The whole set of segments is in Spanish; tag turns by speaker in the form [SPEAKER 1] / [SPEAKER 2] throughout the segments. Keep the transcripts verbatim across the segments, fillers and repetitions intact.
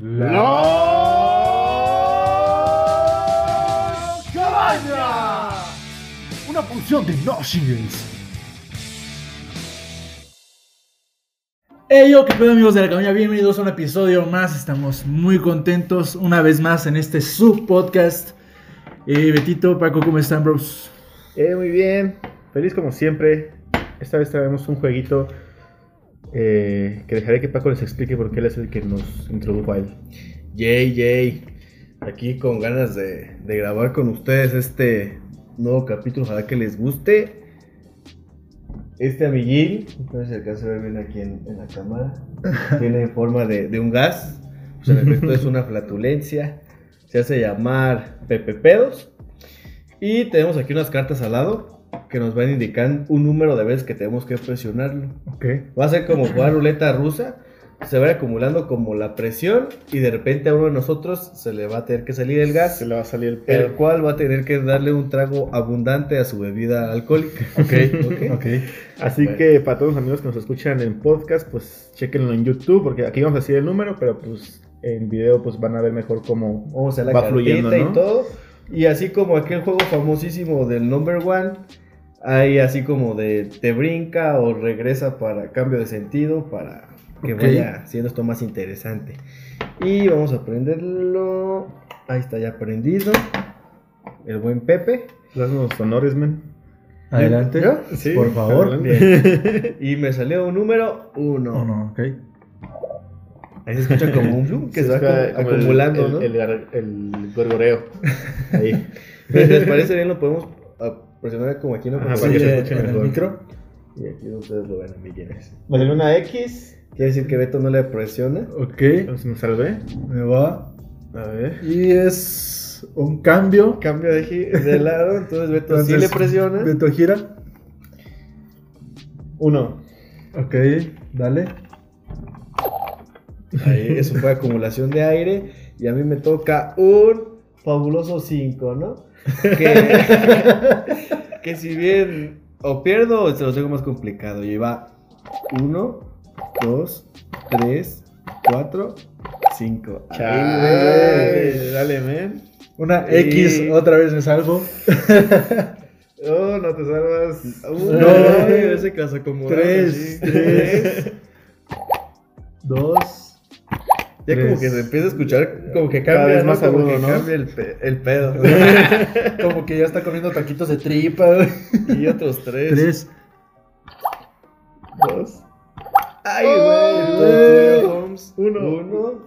[SPEAKER 1] La Cabaña, una función de No Shingles. Hey yo, qué pedo amigos de La Cabaña, bienvenidos a un episodio más. Estamos muy contentos una vez más en este sub-podcast. eh, Betito, Paco, ¿cómo están, bros?
[SPEAKER 2] Eh, muy bien, feliz como siempre. Esta vez traemos un jueguito eh, que dejaré que Paco les explique porque él es el que nos introdujo a él.
[SPEAKER 3] Yay, yay. Aquí con ganas de, de grabar con ustedes este nuevo capítulo. Ojalá que les guste. Este amiguín, no sé si alcanza a ver bien aquí en, en la cámara, tiene forma de, de un gas. Pues en efecto es una flatulencia. Se hace llamar Pepe Pedos. Y tenemos aquí unas cartas al lado que nos van a indicar un número de veces que tenemos que presionarlo.
[SPEAKER 2] Okay.
[SPEAKER 3] Va a ser como jugar ruleta rusa. Se va acumulando como la presión y de repente a uno de nosotros se le va a tener que salir el gas.
[SPEAKER 2] Se le va a salir el pedo.
[SPEAKER 3] El cual va a tener que darle un trago abundante a su bebida alcohólica.
[SPEAKER 2] Ok,
[SPEAKER 3] ok.
[SPEAKER 2] okay. Así bueno. Que para todos los amigos que nos escuchan en podcast, pues chequenlo en YouTube, porque aquí vamos a decir el número, pero pues en video pues van a ver mejor cómo
[SPEAKER 3] Vamos a la
[SPEAKER 2] va fluyendo, ¿no?
[SPEAKER 3] Y todo. Y así como aquel juego famosísimo del Number One, hay así como de te brinca o regresa para cambio de sentido, para que okay. vaya siendo esto más interesante. Y vamos a prenderlo. Ahí está ya prendido el buen Pepe.
[SPEAKER 2] Los honores, men.
[SPEAKER 1] Adelante.
[SPEAKER 3] ¿Yo?
[SPEAKER 1] Sí, por favor.
[SPEAKER 3] Bien. Y me salió un número uno.
[SPEAKER 1] Uno, ok.
[SPEAKER 3] Ahí se escucha como un bloom que se, se va como acumulando,
[SPEAKER 2] el,
[SPEAKER 3] ¿no?
[SPEAKER 2] El, el, el gorgoreo. Ahí.
[SPEAKER 3] Pero si les parece bien, lo podemos presionar como aquí, ¿no?
[SPEAKER 2] Ajá, para que se escuche
[SPEAKER 1] en el micro.
[SPEAKER 3] Y aquí ustedes lo ven, amiguines.
[SPEAKER 2] Me salió una X.
[SPEAKER 3] Quiere decir que Beto no le presiona.
[SPEAKER 1] Ok.
[SPEAKER 2] Entonces me salvé.
[SPEAKER 1] Me va.
[SPEAKER 2] A ver.
[SPEAKER 1] Y es un cambio.
[SPEAKER 3] Cambio de, de lado. Entonces Beto entonces, sí le presiona.
[SPEAKER 1] Beto gira.
[SPEAKER 2] Uno.
[SPEAKER 1] Ok, dale.
[SPEAKER 3] Ahí, eso fue acumulación de aire. Y a mí me toca un fabuloso cinco, ¿no? Que, que si bien o pierdo o se los hago más complicado. Y va uno, dos, tres, cuatro, cinco.
[SPEAKER 2] Chale, dale, men.
[SPEAKER 1] Una X, y... otra vez me salvo.
[SPEAKER 3] Oh, no te salvas. Uh,
[SPEAKER 1] no,
[SPEAKER 3] ese caso como
[SPEAKER 1] tres, tres, dos.
[SPEAKER 3] Ya tres. Como que se empieza a escuchar, como que cambia,
[SPEAKER 2] vez más
[SPEAKER 3] ¿no? Como
[SPEAKER 2] agudo,
[SPEAKER 3] que
[SPEAKER 2] ¿no?
[SPEAKER 3] cambia el, pe el pedo.
[SPEAKER 1] Como que ya está comiendo taquitos de tripa.
[SPEAKER 3] Y otros tres.
[SPEAKER 1] Tres.
[SPEAKER 3] Dos. Ay, güey. Oh, uno. Uno.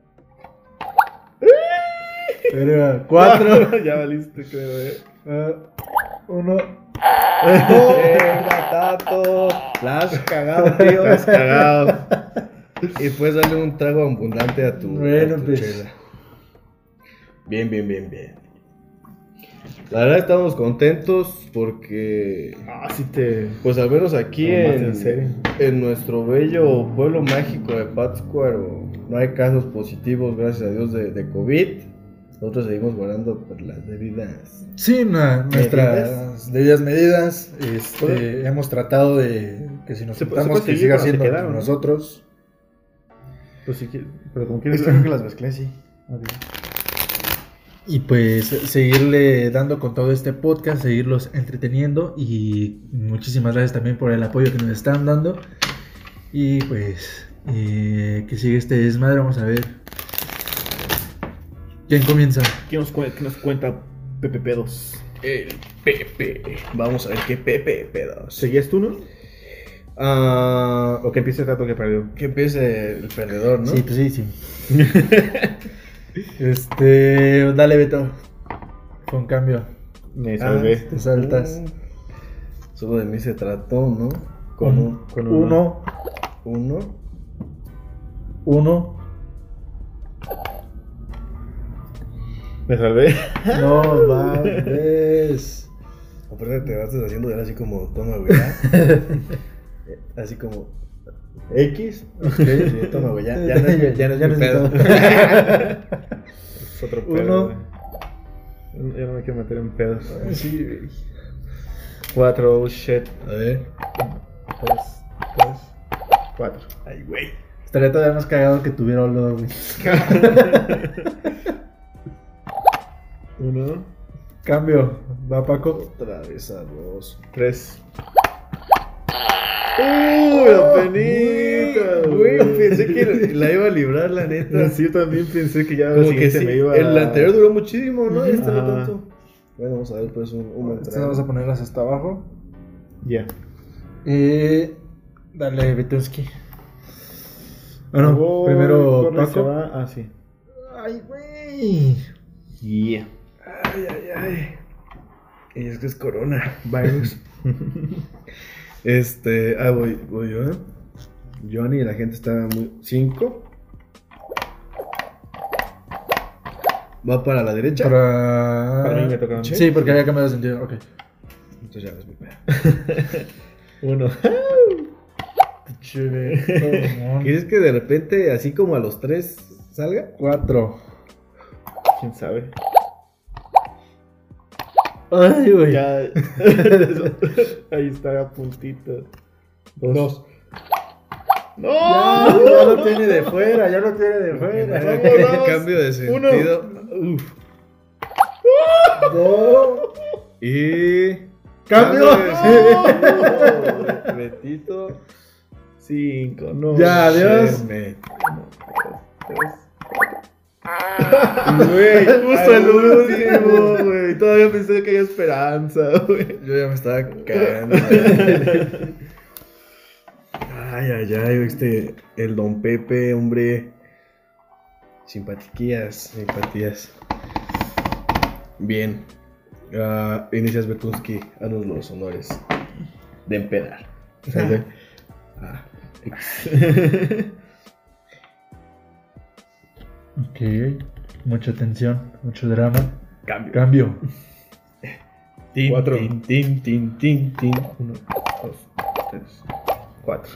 [SPEAKER 1] Pero, cuatro.
[SPEAKER 3] Ya valiste, creo, eh.
[SPEAKER 1] Uh, uno.
[SPEAKER 3] ¡Oh! ¡Tato! La has cagado, tío. La has cagado. Y puedes darle un trago abundante a tu,
[SPEAKER 1] bueno,
[SPEAKER 3] a tu
[SPEAKER 1] pues.
[SPEAKER 3] chela. Bien, bien, bien, bien. La verdad estamos contentos porque...
[SPEAKER 2] Ah, sí te...
[SPEAKER 3] Pues al menos aquí en,
[SPEAKER 2] en, serio.
[SPEAKER 3] en nuestro bello pueblo mágico de Pátzcuaro no hay casos positivos, gracias a Dios, de, de COVID. Nosotros seguimos guardando por las debidas...
[SPEAKER 1] Sí, na, nuestras debidas medidas. Este, ¿Puedo? Hemos tratado de que si nos juntamos que siga siendo con nosotros.
[SPEAKER 2] Pues si quieres, pero como quieres,
[SPEAKER 3] creo que las mezclé, sí.
[SPEAKER 2] Okay.
[SPEAKER 1] Y pues seguirle dando con todo este podcast, seguirlos entreteniendo. Y muchísimas gracias también por el apoyo que nos están dando. Y pues eh, que sigue este desmadre, vamos a ver. ¿Quién comienza?
[SPEAKER 2] ¿Quién nos, qué nos cuenta Pepe Pedos?
[SPEAKER 3] El Pepe. Vamos a ver qué Pepe Pedos.
[SPEAKER 2] ¿Seguías tú, no?
[SPEAKER 3] Uh,
[SPEAKER 2] o que empiece el rato que perdió.
[SPEAKER 3] Que empiece el perdedor, ¿no?
[SPEAKER 1] Sí, pues sí, sí. este, dale, Beto. Con cambio.
[SPEAKER 2] Me salvé.
[SPEAKER 1] Ah, te saltas.
[SPEAKER 3] Uh, solo de mí se trató, ¿no? Con,
[SPEAKER 1] un,
[SPEAKER 3] un,
[SPEAKER 1] con uno.
[SPEAKER 3] Uno.
[SPEAKER 1] Uno.
[SPEAKER 2] Me salvé.
[SPEAKER 1] No mames.
[SPEAKER 3] Aparte te vas haciendo de así como toma, güey. Así como X.
[SPEAKER 1] Okay.
[SPEAKER 3] Sí, toma, güey. Ya, ya no es, ya no es ya mi pedo.
[SPEAKER 2] Es otro pedo.
[SPEAKER 1] Uno.
[SPEAKER 2] Wey. Yo no me quiero meter en pedos.
[SPEAKER 1] Sí, güey.
[SPEAKER 2] Cuatro, oh shit.
[SPEAKER 3] A ver.
[SPEAKER 2] Tres, tres, cuatro.
[SPEAKER 3] Ay, güey.
[SPEAKER 1] Estaría todavía más cagado que tuviera olor, güey.
[SPEAKER 2] Uno,
[SPEAKER 1] Cambio. Va Paco.
[SPEAKER 3] Otra vez a dos.
[SPEAKER 2] tres. ¡Uy, la penita!
[SPEAKER 3] Güey, pensé que la iba a librar, la neta.
[SPEAKER 2] Sí, yo también pensé que ya la
[SPEAKER 3] Como que
[SPEAKER 2] siguiente
[SPEAKER 3] sí.
[SPEAKER 2] me iba
[SPEAKER 3] El anterior duró muchísimo, ¿no? Este no
[SPEAKER 2] Ajá.
[SPEAKER 3] tanto. Bueno, vamos a ver pues un, un
[SPEAKER 1] Estas vamos a ponerlas hasta abajo.
[SPEAKER 2] Ya.
[SPEAKER 1] Y dale, Betuski. Bueno,
[SPEAKER 2] Oh,
[SPEAKER 1] primero
[SPEAKER 2] corre, se
[SPEAKER 1] Paco.
[SPEAKER 2] va. Ah, sí.
[SPEAKER 1] Ay, güey.
[SPEAKER 2] Yeah.
[SPEAKER 3] Ay, ay, ay. Y es que es corona, virus. Este, ah, voy, voy yo, ¿eh? Johnny, la gente está muy... Cinco. Va para la derecha.
[SPEAKER 1] Para...
[SPEAKER 2] Para mí me toca.
[SPEAKER 1] Sí, porque había cambiado de sentido. Ok.
[SPEAKER 3] Entonces ya ves mi pedo.
[SPEAKER 2] Uno.
[SPEAKER 3] ¿Quieres que de repente, así como a los tres, salga?
[SPEAKER 1] Cuatro.
[SPEAKER 2] ¿Quién sabe?
[SPEAKER 1] Ay, güey.
[SPEAKER 2] Ya. Ahí está a puntito. Dos.
[SPEAKER 3] Dos.
[SPEAKER 2] ¡No!
[SPEAKER 1] Ya, ya lo tiene de fuera, ya lo tiene de fuera.
[SPEAKER 2] Vámonos.
[SPEAKER 3] Cambio de sentido. Uf.
[SPEAKER 1] Dos.
[SPEAKER 3] Y...
[SPEAKER 1] Cambio.
[SPEAKER 3] de- Betito.
[SPEAKER 2] Cinco, no.
[SPEAKER 1] Ya, adiós.
[SPEAKER 3] Sheme.
[SPEAKER 2] Güey, justo
[SPEAKER 3] al
[SPEAKER 2] el último, güey. Todavía pensé que había esperanza, güey.
[SPEAKER 3] Yo ya me estaba cagando. Ay, ay, ay, este, el Don Pepe, hombre. Simpatiquías, simpatías. Bien. Ah, inicias Betunsky, haznos los honores de empedar. ¿Sale? Ah,
[SPEAKER 1] Ok. Mucha tensión, mucho drama.
[SPEAKER 3] cambio.
[SPEAKER 1] Cambio.
[SPEAKER 3] Tin,
[SPEAKER 2] Cuatro.
[SPEAKER 3] tin, tin, tin, tin, tin.
[SPEAKER 2] Uno, dos, tres, cuatro.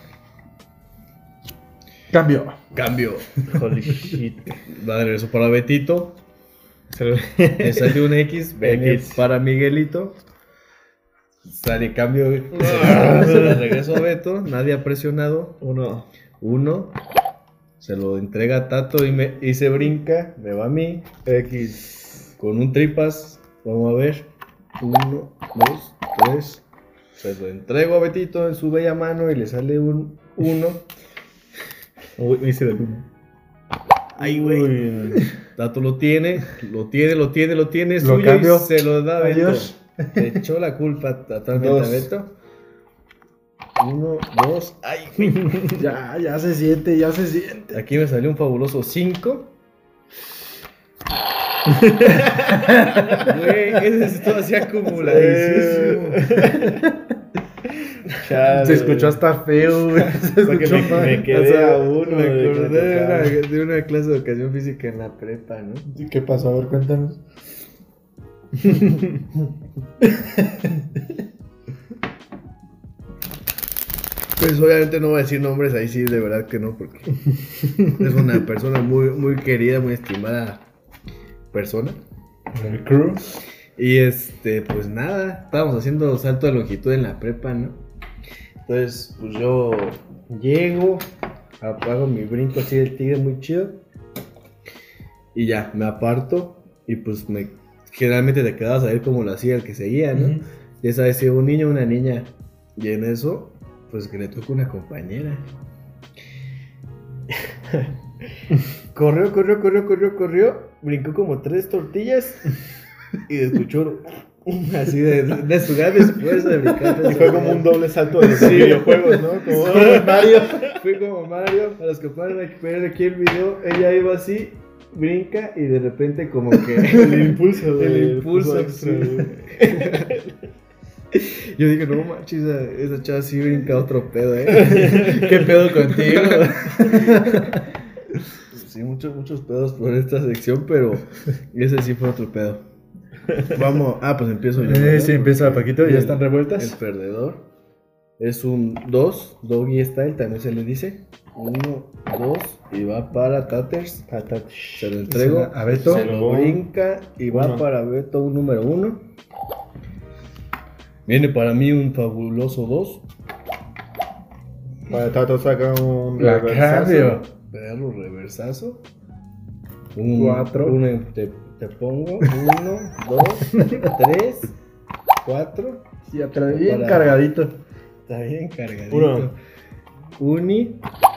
[SPEAKER 1] Cambio.
[SPEAKER 3] Cambio.
[SPEAKER 2] Holy shit.
[SPEAKER 3] Va de regreso para Betito.
[SPEAKER 2] Se-
[SPEAKER 3] Me sale un X, viene
[SPEAKER 2] X.
[SPEAKER 3] para Miguelito. Sale cambio. Se le regreso a Beto. Nadie ha presionado.
[SPEAKER 2] Uno.
[SPEAKER 3] Uno. Se lo entrega a Tato y, me, y se brinca. Me va a mí.
[SPEAKER 2] X.
[SPEAKER 3] Con un tripas. Vamos a ver. Uno, dos, tres. Se lo entrego a Betito en su bella mano y le sale un uno.
[SPEAKER 2] Uy, me hice del uno.
[SPEAKER 3] Ay, güey.
[SPEAKER 2] Uy.
[SPEAKER 3] Tato lo tiene, lo tiene, lo tiene, lo tiene. Es
[SPEAKER 1] Lo
[SPEAKER 3] suyo
[SPEAKER 1] cambio.
[SPEAKER 3] y se lo da a Beto.
[SPEAKER 1] Adiós.
[SPEAKER 3] Le echó la culpa totalmente
[SPEAKER 2] Dos.
[SPEAKER 3] a Beto. Uno, dos. Ay, güey.
[SPEAKER 1] Ya, ya se siente, ya se siente.
[SPEAKER 3] Aquí me salió un fabuloso cinco. Güey, ese es todo así acumuladísimo.
[SPEAKER 2] Chale.
[SPEAKER 1] Se escuchó hasta feo, güey. Se
[SPEAKER 2] Porque
[SPEAKER 1] escuchó
[SPEAKER 2] me-
[SPEAKER 1] mal.
[SPEAKER 2] me quedé
[SPEAKER 3] O sea,
[SPEAKER 2] a uno
[SPEAKER 3] Me
[SPEAKER 2] de que
[SPEAKER 3] acordé
[SPEAKER 2] me
[SPEAKER 3] de
[SPEAKER 2] tocaba.
[SPEAKER 3] una, de una clase de educación física en la prepa, ¿no?
[SPEAKER 1] ¿Qué pasó? A ver, cuéntanos.
[SPEAKER 3] Pues obviamente no voy a decir nombres, ahí sí, de verdad que no, porque es una persona muy, muy querida, muy estimada persona.
[SPEAKER 1] El crew.
[SPEAKER 3] Y este, pues nada, estábamos haciendo salto de longitud en la prepa, ¿no? Entonces, pues yo llego, hago mi brinco así del tigre muy chido. Y ya, me aparto. Y pues me generalmente te quedabas a ver cómo lo hacía el que seguía, ¿no?
[SPEAKER 1] Ujú.
[SPEAKER 3] Ya sabes, si un niño o una niña. Y en eso, pues que le toca una compañera. Corrió, corrió, corrió, corrió, corrió. Brincó como tres tortillas. Y escuchó así de, de su gran esfuerzo de brincar.
[SPEAKER 2] Y fue como un doble salto de los
[SPEAKER 3] Sí.
[SPEAKER 2] videojuegos, ¿no? Como
[SPEAKER 3] Mario. Fue como Mario. Para los que puedan ver aquí el video, ella iba así, brinca y de repente como que
[SPEAKER 2] el impulso, güey.
[SPEAKER 3] el impulso
[SPEAKER 2] extra,
[SPEAKER 3] sí.
[SPEAKER 2] güey.
[SPEAKER 3] Yo dije, no manches, esa, esa chava sí brinca otro pedo, eh. ¿Qué pedo contigo? Sí, muchos, muchos pedos por esta sección, pero ese sí fue otro pedo. Vamos, ah, pues empiezo yo.
[SPEAKER 1] Eh,
[SPEAKER 3] ¿no?
[SPEAKER 1] sí, empieza Paquito, ya
[SPEAKER 3] El-
[SPEAKER 1] están revueltas.
[SPEAKER 3] El perdedor es un dos, doggy style, también se le dice. Uno, dos, y va para Tatters.
[SPEAKER 2] Patat.
[SPEAKER 3] Se lo entrego
[SPEAKER 1] A Beto.
[SPEAKER 3] Se lo brinca y va
[SPEAKER 2] Uno.
[SPEAKER 3] para Beto un número uno. Viene para mí un fabuloso dos.
[SPEAKER 2] Para Tato saca un
[SPEAKER 1] La
[SPEAKER 2] reversazo.
[SPEAKER 1] cambio.
[SPEAKER 3] Pegarlo reversazo. Un,
[SPEAKER 1] Cuatro.
[SPEAKER 3] uno, te, te pongo. Uno, dos, tres, cuatro.
[SPEAKER 1] Sí, atrás, bien
[SPEAKER 3] Para-
[SPEAKER 1] cargadito.
[SPEAKER 3] Está bien cargadito.
[SPEAKER 2] Uno.
[SPEAKER 3] Uni.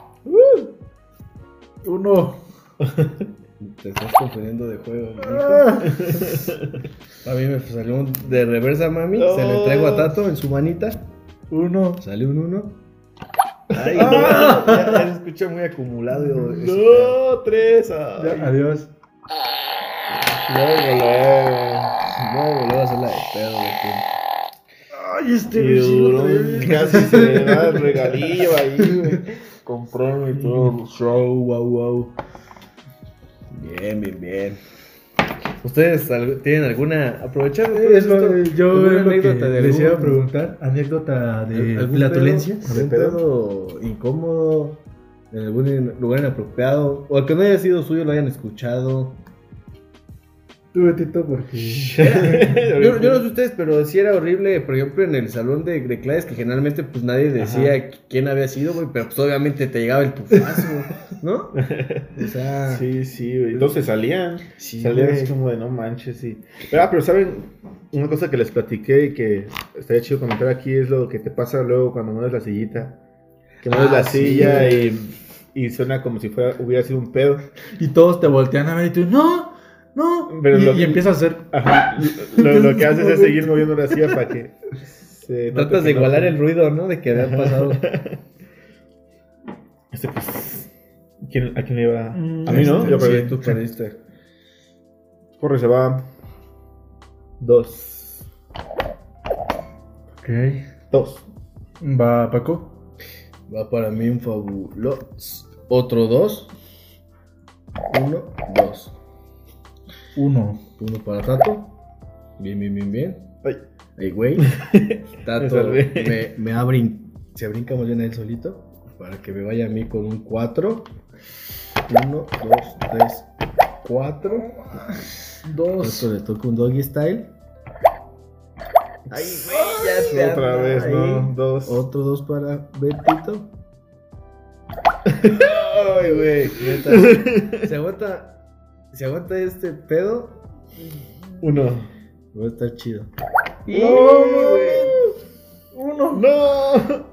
[SPEAKER 1] Uno.
[SPEAKER 3] Te estás confundiendo de juego, mijo.
[SPEAKER 1] Ah.
[SPEAKER 3] A mí me salió un de reversa, mami.
[SPEAKER 2] No.
[SPEAKER 3] Se le entrego a Tato en su manita.
[SPEAKER 1] Uno.
[SPEAKER 3] Sale un uno. Ay,
[SPEAKER 1] Ah.
[SPEAKER 3] no, ya, ya se escucha muy acumulado. ese pedo.
[SPEAKER 2] No, tres.
[SPEAKER 1] Ya,
[SPEAKER 2] Ay.
[SPEAKER 1] adiós.
[SPEAKER 2] Luego, luego.
[SPEAKER 3] No, volver a hacer la de pedo, de que
[SPEAKER 1] Ay, este
[SPEAKER 2] Y duró,
[SPEAKER 1] vecino trae-
[SPEAKER 2] casi se le da el regalillo ahí, güey. Compraron y todo el show, wow, wow.
[SPEAKER 3] Bien, bien, bien. ¿Ustedes al- tienen alguna... aprovechando todo
[SPEAKER 1] Es lo-
[SPEAKER 3] esto,
[SPEAKER 1] yo
[SPEAKER 3] alguna
[SPEAKER 1] es lo que
[SPEAKER 3] anécdota de
[SPEAKER 1] les iba a
[SPEAKER 3] algún-
[SPEAKER 1] preguntar, anécdota de
[SPEAKER 3] algún
[SPEAKER 1] flatulencias.
[SPEAKER 3] pedo- algún pedo incómodo, en algún lugar inapropiado, o el que no haya sido suyo lo hayan escuchado?
[SPEAKER 1] Tú, Betito, porque...
[SPEAKER 3] Yo, yo no sé ustedes, pero sí era horrible, por ejemplo, en el salón de, de clases, que generalmente pues nadie decía quién había sido, güey, pero pues obviamente te llegaba el pufazo, ¿no? O sea...
[SPEAKER 2] Sí, sí, güey. Entonces salían.
[SPEAKER 3] Sí,
[SPEAKER 2] salían
[SPEAKER 3] güey.
[SPEAKER 2] así como de no manches, sí. Pero, ah, pero saben, una cosa que les platiqué y que estaría chido comentar aquí es lo que te pasa luego cuando mueves la sillita. Que mueves
[SPEAKER 3] Ah,
[SPEAKER 2] la
[SPEAKER 3] sí,
[SPEAKER 2] silla
[SPEAKER 3] güey.
[SPEAKER 2] y, y suena como si fuera, hubiera sido un pedo.
[SPEAKER 1] Y todos te voltean a ver y tú, no, no.
[SPEAKER 2] Pero
[SPEAKER 1] y,
[SPEAKER 2] lo-
[SPEAKER 1] y empiezas a hacer...
[SPEAKER 2] Ajá. Lo, lo que haces es seguir moviendo la silla para que se note
[SPEAKER 3] Tratas
[SPEAKER 2] que
[SPEAKER 3] de
[SPEAKER 2] no-
[SPEAKER 3] igualar el ruido, ¿no? De que había pasado.
[SPEAKER 2] Este, pues, ¿quién- ¿A quién le iba?
[SPEAKER 1] Mm,
[SPEAKER 2] A mí, ¿no?
[SPEAKER 1] este,
[SPEAKER 2] Yo
[SPEAKER 3] Sí,
[SPEAKER 2] perdí.
[SPEAKER 3] tú perdiste.
[SPEAKER 2] Corre, se va. Dos.
[SPEAKER 1] Ok.
[SPEAKER 2] Dos.
[SPEAKER 1] Va, Paco.
[SPEAKER 3] Va para mí un fabuloso. Otro dos. Uno, dos.
[SPEAKER 1] Uno.
[SPEAKER 3] Uno para Tato. Bien, bien, bien, bien.
[SPEAKER 2] Ay.
[SPEAKER 3] Ay, güey.
[SPEAKER 2] Me
[SPEAKER 3] Tato
[SPEAKER 2] salvé.
[SPEAKER 3] me, me abrin. Se brinca más bien a él solito. Para que me vaya a mí con un cuatro. Uno, dos, tres, cuatro.
[SPEAKER 1] Dos.
[SPEAKER 3] Esto le toca un doggy style. Ay, güey, ya te
[SPEAKER 2] Otra
[SPEAKER 3] anda
[SPEAKER 2] vez,
[SPEAKER 3] ahí.
[SPEAKER 2] ¿no? Dos.
[SPEAKER 3] Otro dos para Betito. Ay, güey, neta. Se aguanta. Se aguanta este pedo.
[SPEAKER 2] Uno.
[SPEAKER 3] Va a estar chido.
[SPEAKER 2] ¡No, güey!
[SPEAKER 1] Uno.
[SPEAKER 2] ¡No!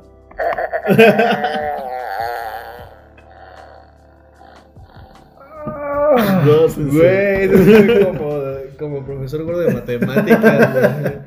[SPEAKER 2] Dos, en
[SPEAKER 3] Güey,
[SPEAKER 2] serio.
[SPEAKER 3] eso es como, como profesor gordo de matemáticas.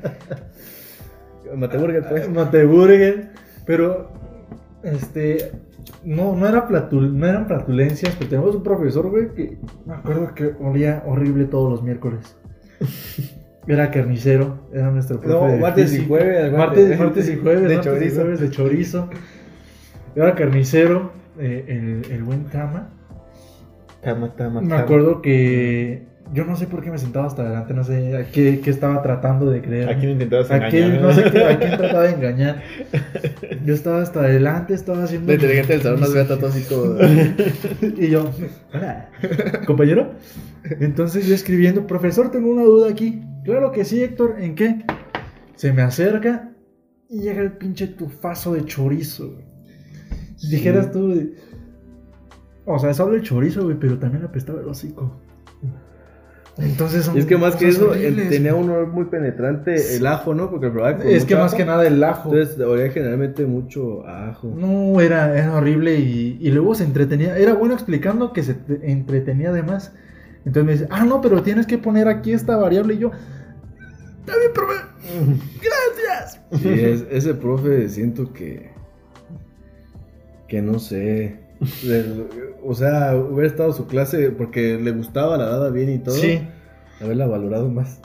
[SPEAKER 3] güey. Mateburger, pues.
[SPEAKER 1] Mateburger. Pero, este. No, no, era platul- no eran flatulencias, pero tenemos un profesor, güey, que me acuerdo que olía horrible todos los miércoles. Era carnicero, era nuestro profe.
[SPEAKER 3] No,
[SPEAKER 1] de
[SPEAKER 3] martes y
[SPEAKER 1] física.
[SPEAKER 3] jueves.
[SPEAKER 1] Martes, martes y jueves,
[SPEAKER 3] De
[SPEAKER 1] martes y
[SPEAKER 3] chorizo.
[SPEAKER 1] jueves de chorizo. Era carnicero, eh, el, el buen Cama.
[SPEAKER 2] Tama, tama,
[SPEAKER 1] Me
[SPEAKER 2] tama.
[SPEAKER 1] acuerdo que yo no sé por qué me sentaba hasta adelante, no sé a qué, qué estaba tratando de creer.
[SPEAKER 2] ¿A quién intentabas
[SPEAKER 1] ¿A quién,
[SPEAKER 2] engañar?
[SPEAKER 1] no sé qué- a quién trataba de engañar. Yo estaba hasta adelante, estaba haciendo.
[SPEAKER 3] La inteligente del salón nos ve a Tato así como.
[SPEAKER 1] Y yo, hola, compañero. Entonces yo escribiendo, profesor, tengo una duda aquí. Claro que sí, Héctor, ¿en qué? Se me acerca y llega el pinche tufazo de chorizo, güey. Dijeras tú, de- o sea, solo el chorizo, güey, pero también apestaba el hocico. Entonces son
[SPEAKER 3] Y es que más que
[SPEAKER 1] cosas
[SPEAKER 3] eso,
[SPEAKER 1] horribles,
[SPEAKER 3] eh, tenía
[SPEAKER 1] güey.
[SPEAKER 3] un olor muy penetrante el ajo, ¿no? Porque probaba con
[SPEAKER 1] Es que
[SPEAKER 3] mucho
[SPEAKER 1] más
[SPEAKER 3] ajo.
[SPEAKER 1] que nada el ajo.
[SPEAKER 3] Entonces olía generalmente mucho a ajo.
[SPEAKER 1] No, era, era horrible y, y luego se entretenía. Era bueno explicando que se te- entretenía además. Entonces me dice, ah, no, pero tienes que poner aquí esta variable. Y yo, está bien, profe. Gracias.
[SPEAKER 3] Sí, es- ese profe siento que. Que no sé. del- o sea, hubiera estado su clase porque le gustaba, la daba bien y todo.
[SPEAKER 1] Sí.
[SPEAKER 3] Haberla valorado más.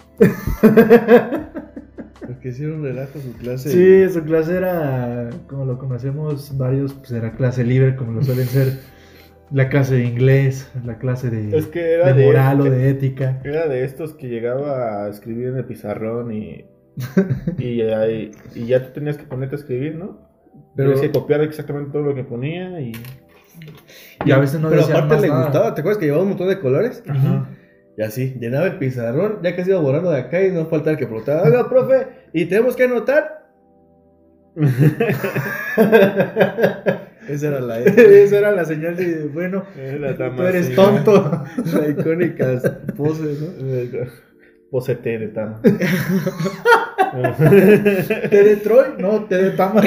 [SPEAKER 3] Porque hicieron relajo su clase.
[SPEAKER 1] Sí, su clase era, como lo conocemos varios, pues era clase libre, como lo suelen ser. La clase de inglés, la clase de,
[SPEAKER 2] Es que era
[SPEAKER 1] de
[SPEAKER 2] de-
[SPEAKER 1] moral o de ética.
[SPEAKER 2] Era de estos que llegaba a escribir en el pizarrón y. Y, ya- y, y ya tú tenías que ponerte a escribir, ¿no?
[SPEAKER 3] Pero-
[SPEAKER 2] Tenías que copiar exactamente todo lo que ponía y.
[SPEAKER 1] Y a veces no
[SPEAKER 3] Pero
[SPEAKER 1] decían
[SPEAKER 3] aparte
[SPEAKER 1] más
[SPEAKER 3] le
[SPEAKER 1] nada.
[SPEAKER 3] gustaba. ¿Te acuerdas que llevaba un montón de colores?
[SPEAKER 2] Ajá.
[SPEAKER 3] Y así, llenaba el pizarrón, ya casi iba borrando de acá y no faltaba el que preguntaba, oiga, profe, ¿y tenemos que anotar? Esa era la
[SPEAKER 1] Esa era la señal de, bueno,
[SPEAKER 2] La dama,
[SPEAKER 1] tú eres
[SPEAKER 2] sí.
[SPEAKER 1] tonto.
[SPEAKER 3] La icónica pose, ¿no?
[SPEAKER 2] Pose T de Tama.
[SPEAKER 1] ¿Té de Troy? No, té de Tama.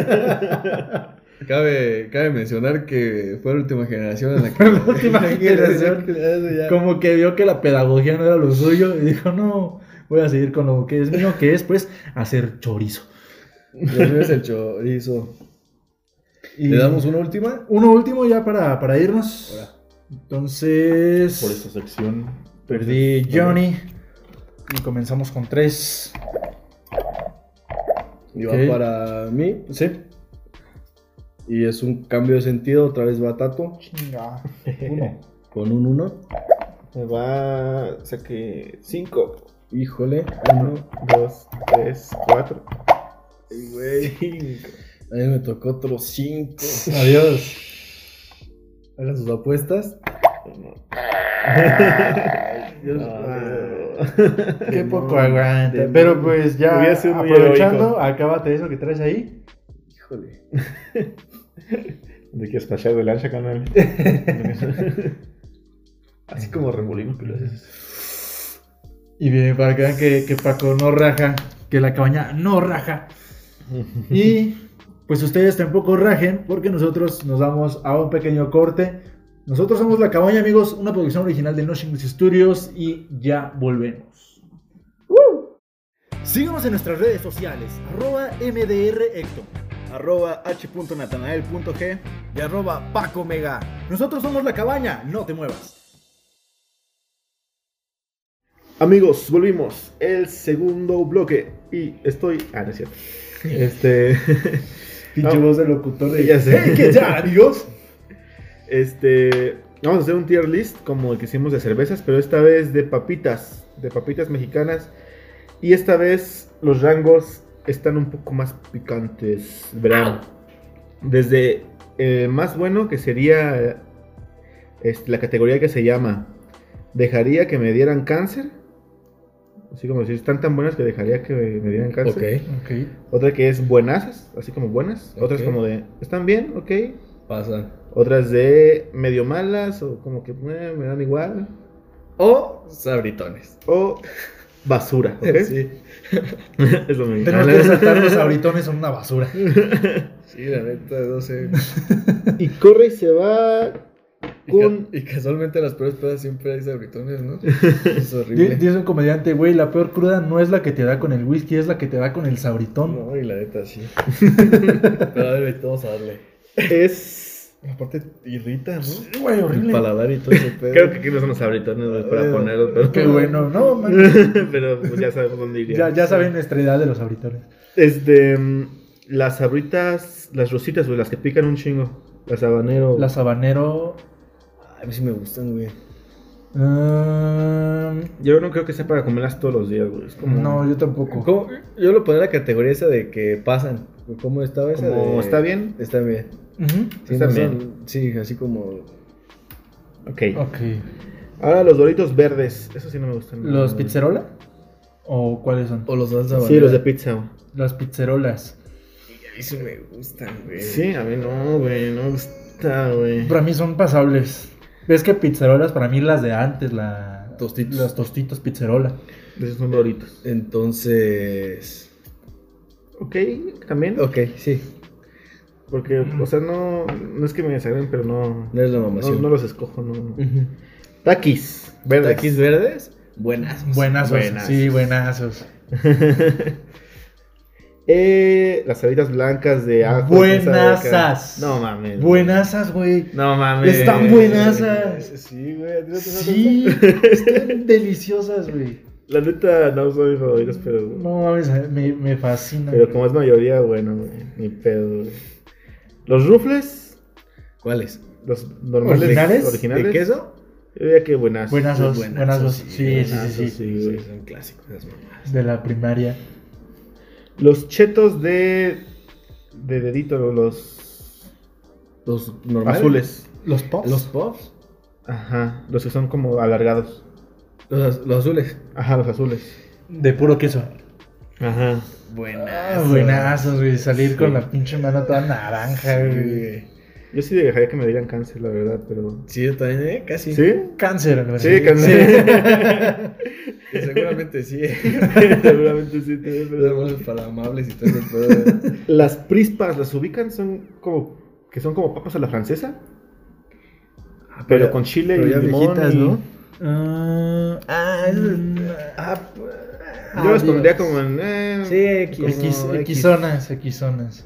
[SPEAKER 3] Cabe, cabe mencionar que fue la última generación en la que...
[SPEAKER 1] La última generación.
[SPEAKER 3] Eso ya.
[SPEAKER 1] Como que vio que la pedagogía no era lo suyo y dijo, no, voy a seguir con lo que es mío, que es, pues, hacer chorizo.
[SPEAKER 3] Lo mío es el chorizo.
[SPEAKER 1] Y
[SPEAKER 3] ¿Le damos una última?
[SPEAKER 1] uno último ya para, para irnos.
[SPEAKER 3] Ahora.
[SPEAKER 1] Entonces,
[SPEAKER 2] Por esta sección.
[SPEAKER 1] perdí Johnny. Y comenzamos con tres.
[SPEAKER 3] Y
[SPEAKER 1] Ok.
[SPEAKER 3] va para mí.
[SPEAKER 1] Sí.
[SPEAKER 3] Y es un cambio de sentido. Otra vez va Tato.
[SPEAKER 1] Chinga. Uno.
[SPEAKER 3] Con un uno.
[SPEAKER 2] Me va. Saque cinco.
[SPEAKER 3] Híjole.
[SPEAKER 2] Uno, dos, tres, cuatro.
[SPEAKER 3] Ay, güey.
[SPEAKER 2] Cinco.
[SPEAKER 3] A mí me tocó otro cinco.
[SPEAKER 1] Adiós.
[SPEAKER 3] Hagan sus apuestas.
[SPEAKER 2] Dios,
[SPEAKER 1] Qué
[SPEAKER 3] No,
[SPEAKER 1] poco aguanta.
[SPEAKER 3] de-
[SPEAKER 1] Pero pues ya
[SPEAKER 2] Hubiera sido muy
[SPEAKER 1] aprovechando,
[SPEAKER 2] heroico.
[SPEAKER 1] acábate eso que traes ahí.
[SPEAKER 3] Híjole.
[SPEAKER 2] ¿De qué es pasar de lancha, canal? Así como remolino que lo haces.
[SPEAKER 1] Y bien, para que vean que, que Paco no raja, que la cabaña no raja. Y pues ustedes tampoco rajen, porque nosotros nos vamos a un pequeño corte. Nosotros somos La Cabaña, amigos, una producción original de Nothing Studios, y ya volvemos. Síguenos en nuestras redes sociales, arroba M D R Hector,
[SPEAKER 4] arroba h.natanael.g
[SPEAKER 3] Y arroba Paco Mega.
[SPEAKER 1] Nosotros somos La Cabaña, no te muevas.
[SPEAKER 2] Amigos, volvimos. El segundo bloque. Y estoy. Ah, no es cierto. Este.
[SPEAKER 1] Pinche
[SPEAKER 2] No.
[SPEAKER 1] voz de locutor de...
[SPEAKER 2] Ya sé.
[SPEAKER 1] "Hey, ¿qué tal, amigos?
[SPEAKER 2] Este. Vamos a hacer un tier list como el que hicimos de cervezas, pero esta vez de papitas. De papitas mexicanas. Y esta vez los rangos están un poco más picantes. Verán. Desde el más bueno, que sería este, la categoría que se llama Dejaría que me dieran cáncer. Así como si están tan buenas que dejaría que me, me dieran cáncer.
[SPEAKER 3] Ok.
[SPEAKER 1] Ok.
[SPEAKER 2] Otra que es buenasas, así como buenas.
[SPEAKER 3] Ok.
[SPEAKER 2] Otras como de, ¿están bien? Ok.
[SPEAKER 3] Pasan.
[SPEAKER 2] Otras de medio malas o como que eh, me dan igual.
[SPEAKER 3] O sabritones.
[SPEAKER 2] O basura, ¿ok?
[SPEAKER 3] Sí.
[SPEAKER 2] Es lo mismo.
[SPEAKER 1] Tenemos que resaltar los abritones, son una basura.
[SPEAKER 3] Sí, la neta, no sé.
[SPEAKER 2] Y corre y se va
[SPEAKER 3] Y,
[SPEAKER 2] con...
[SPEAKER 3] ca- y casualmente en las peores pedas siempre hay sabritones, ¿no? Es
[SPEAKER 1] Di-
[SPEAKER 3] horrible.
[SPEAKER 1] Dice un comediante, güey, la peor cruda no es la que te da con el whisky, es la que te da con el sabritón.
[SPEAKER 3] No, y la neta sí. Pero a ver, vamos a darle.
[SPEAKER 2] Es...
[SPEAKER 3] Aparte, irrita, ¿no?
[SPEAKER 1] Güey,
[SPEAKER 3] El
[SPEAKER 1] horrible.
[SPEAKER 3] paladar y todo ese pedo.
[SPEAKER 2] Creo que aquí no son los sabritones güey, para
[SPEAKER 3] Eh,
[SPEAKER 2] ponerlos, pero...
[SPEAKER 1] Qué bueno, no, man.
[SPEAKER 2] Pero pues ya sabemos dónde iría.
[SPEAKER 1] Ya, ya saben nuestra edad de los sabritones.
[SPEAKER 2] Este... mm, Las sabritas, las rositas, güey, las que pican un chingo. Las habanero.
[SPEAKER 1] La sabanero.
[SPEAKER 3] A mí sí me gustan, güey.
[SPEAKER 1] um,
[SPEAKER 2] Yo no creo que sea para comerlas todos los días, güey. Es como...
[SPEAKER 1] no, yo tampoco.
[SPEAKER 3] ¿Cómo? Yo lo pondría en la categoría esa de que pasan. ¿Cómo estaba esa?
[SPEAKER 2] Como,
[SPEAKER 3] de...
[SPEAKER 2] ¿está bien?
[SPEAKER 3] Está bien.
[SPEAKER 1] Ujú.
[SPEAKER 3] Sí,
[SPEAKER 2] Está
[SPEAKER 3] no
[SPEAKER 2] bien.
[SPEAKER 3] son- sí, así como...
[SPEAKER 2] Ok.
[SPEAKER 1] Ok.
[SPEAKER 2] Ahora los doritos verdes. Eso sí no me gustan.
[SPEAKER 1] ¿Los pizzerola? ¿O cuáles son?
[SPEAKER 3] O los salsa
[SPEAKER 2] Sí, los de pizza, güey.
[SPEAKER 1] Las pizzerolas.
[SPEAKER 3] A mí sí me gustan, güey.
[SPEAKER 2] Sí, a mí no, güey. No me gusta, güey.
[SPEAKER 1] Para mí son pasables. ¿Ves que pizzerolas para mí las de antes, la...
[SPEAKER 3] Tostitos.
[SPEAKER 1] Los tostitos pizzerola.
[SPEAKER 2] Esos son doritos.
[SPEAKER 3] Entonces...
[SPEAKER 2] Ok, también.
[SPEAKER 3] Ok, sí.
[SPEAKER 2] Porque, o sea, no, no es que me desagraden, pero no.
[SPEAKER 3] No es la
[SPEAKER 2] No,
[SPEAKER 3] mamación.
[SPEAKER 2] no los escojo, no.
[SPEAKER 3] Ujú.
[SPEAKER 2] Taquis. Verdes.
[SPEAKER 3] Taquis verdes, buenas.
[SPEAKER 1] Buenazos.
[SPEAKER 2] Buenazos.
[SPEAKER 1] Sí, buenazos.
[SPEAKER 2] eh, las sabritas blancas de ajo.
[SPEAKER 1] Buenasas.
[SPEAKER 2] No mames.
[SPEAKER 1] Buenazas, güey.
[SPEAKER 2] No mames.
[SPEAKER 1] Están buenazas.
[SPEAKER 2] Sí, güey. ¿a ti no te
[SPEAKER 1] Sí,
[SPEAKER 2] gustan?
[SPEAKER 1] están deliciosas, güey.
[SPEAKER 2] La neta no son mis favoritos, pero.
[SPEAKER 1] No mames, me, me fascina.
[SPEAKER 2] Pero como es mayoría, bueno, güey. Ni pedo, güey. Los rufles.
[SPEAKER 3] ¿Cuáles?
[SPEAKER 2] Los normales.
[SPEAKER 1] ¿Originales?
[SPEAKER 2] originales.
[SPEAKER 3] ¿De queso?
[SPEAKER 2] Yo diría que buenas.
[SPEAKER 1] Buenazos,
[SPEAKER 3] Buenazos,
[SPEAKER 1] buenazos.
[SPEAKER 3] sí,
[SPEAKER 1] Sí, sí,
[SPEAKER 2] buenazos,
[SPEAKER 1] sí, sí.
[SPEAKER 2] sí, güey.
[SPEAKER 3] Sí, son clásicos esas mamadas.
[SPEAKER 1] De la primaria.
[SPEAKER 2] Los chetos de. De dedito, los.
[SPEAKER 3] Los normales.
[SPEAKER 2] Azules.
[SPEAKER 1] ¿Los pops?
[SPEAKER 3] Los pops.
[SPEAKER 2] Ajá. Los que son como alargados.
[SPEAKER 3] Los, az- los azules.
[SPEAKER 2] Ajá, los azules.
[SPEAKER 1] De puro queso.
[SPEAKER 2] Ajá.
[SPEAKER 3] Buenas.
[SPEAKER 1] Ah, buenazos, güey. Salir
[SPEAKER 2] Sí.
[SPEAKER 1] con la pinche mano toda naranja, güey.
[SPEAKER 2] Yo sí dejaría que me dieran cáncer, la verdad, pero...
[SPEAKER 3] Sí, yo también, ¿eh? Casi.
[SPEAKER 2] ¿Sí?
[SPEAKER 1] Cáncer, algo así.
[SPEAKER 2] Sí, cáncer.
[SPEAKER 3] Y seguramente sí.
[SPEAKER 2] Seguramente sí. te- pero-
[SPEAKER 3] Somos para amables y todo eso. Pero...
[SPEAKER 2] Las prispas, ¿las ubican? Son como... Que son como papas a la francesa. Pero con chile
[SPEAKER 3] pero
[SPEAKER 2] y
[SPEAKER 3] ya
[SPEAKER 2] limón
[SPEAKER 3] viejitas,
[SPEAKER 2] y-
[SPEAKER 3] ¿no?
[SPEAKER 1] Ah,
[SPEAKER 3] Ah, eso es...
[SPEAKER 1] mm,
[SPEAKER 3] Ah,
[SPEAKER 2] Yo las
[SPEAKER 1] ah,
[SPEAKER 2] pondría
[SPEAKER 1] Dios.
[SPEAKER 2] como en... eh,
[SPEAKER 3] sí, X.
[SPEAKER 1] X,
[SPEAKER 3] como
[SPEAKER 1] X zonas, X zonas.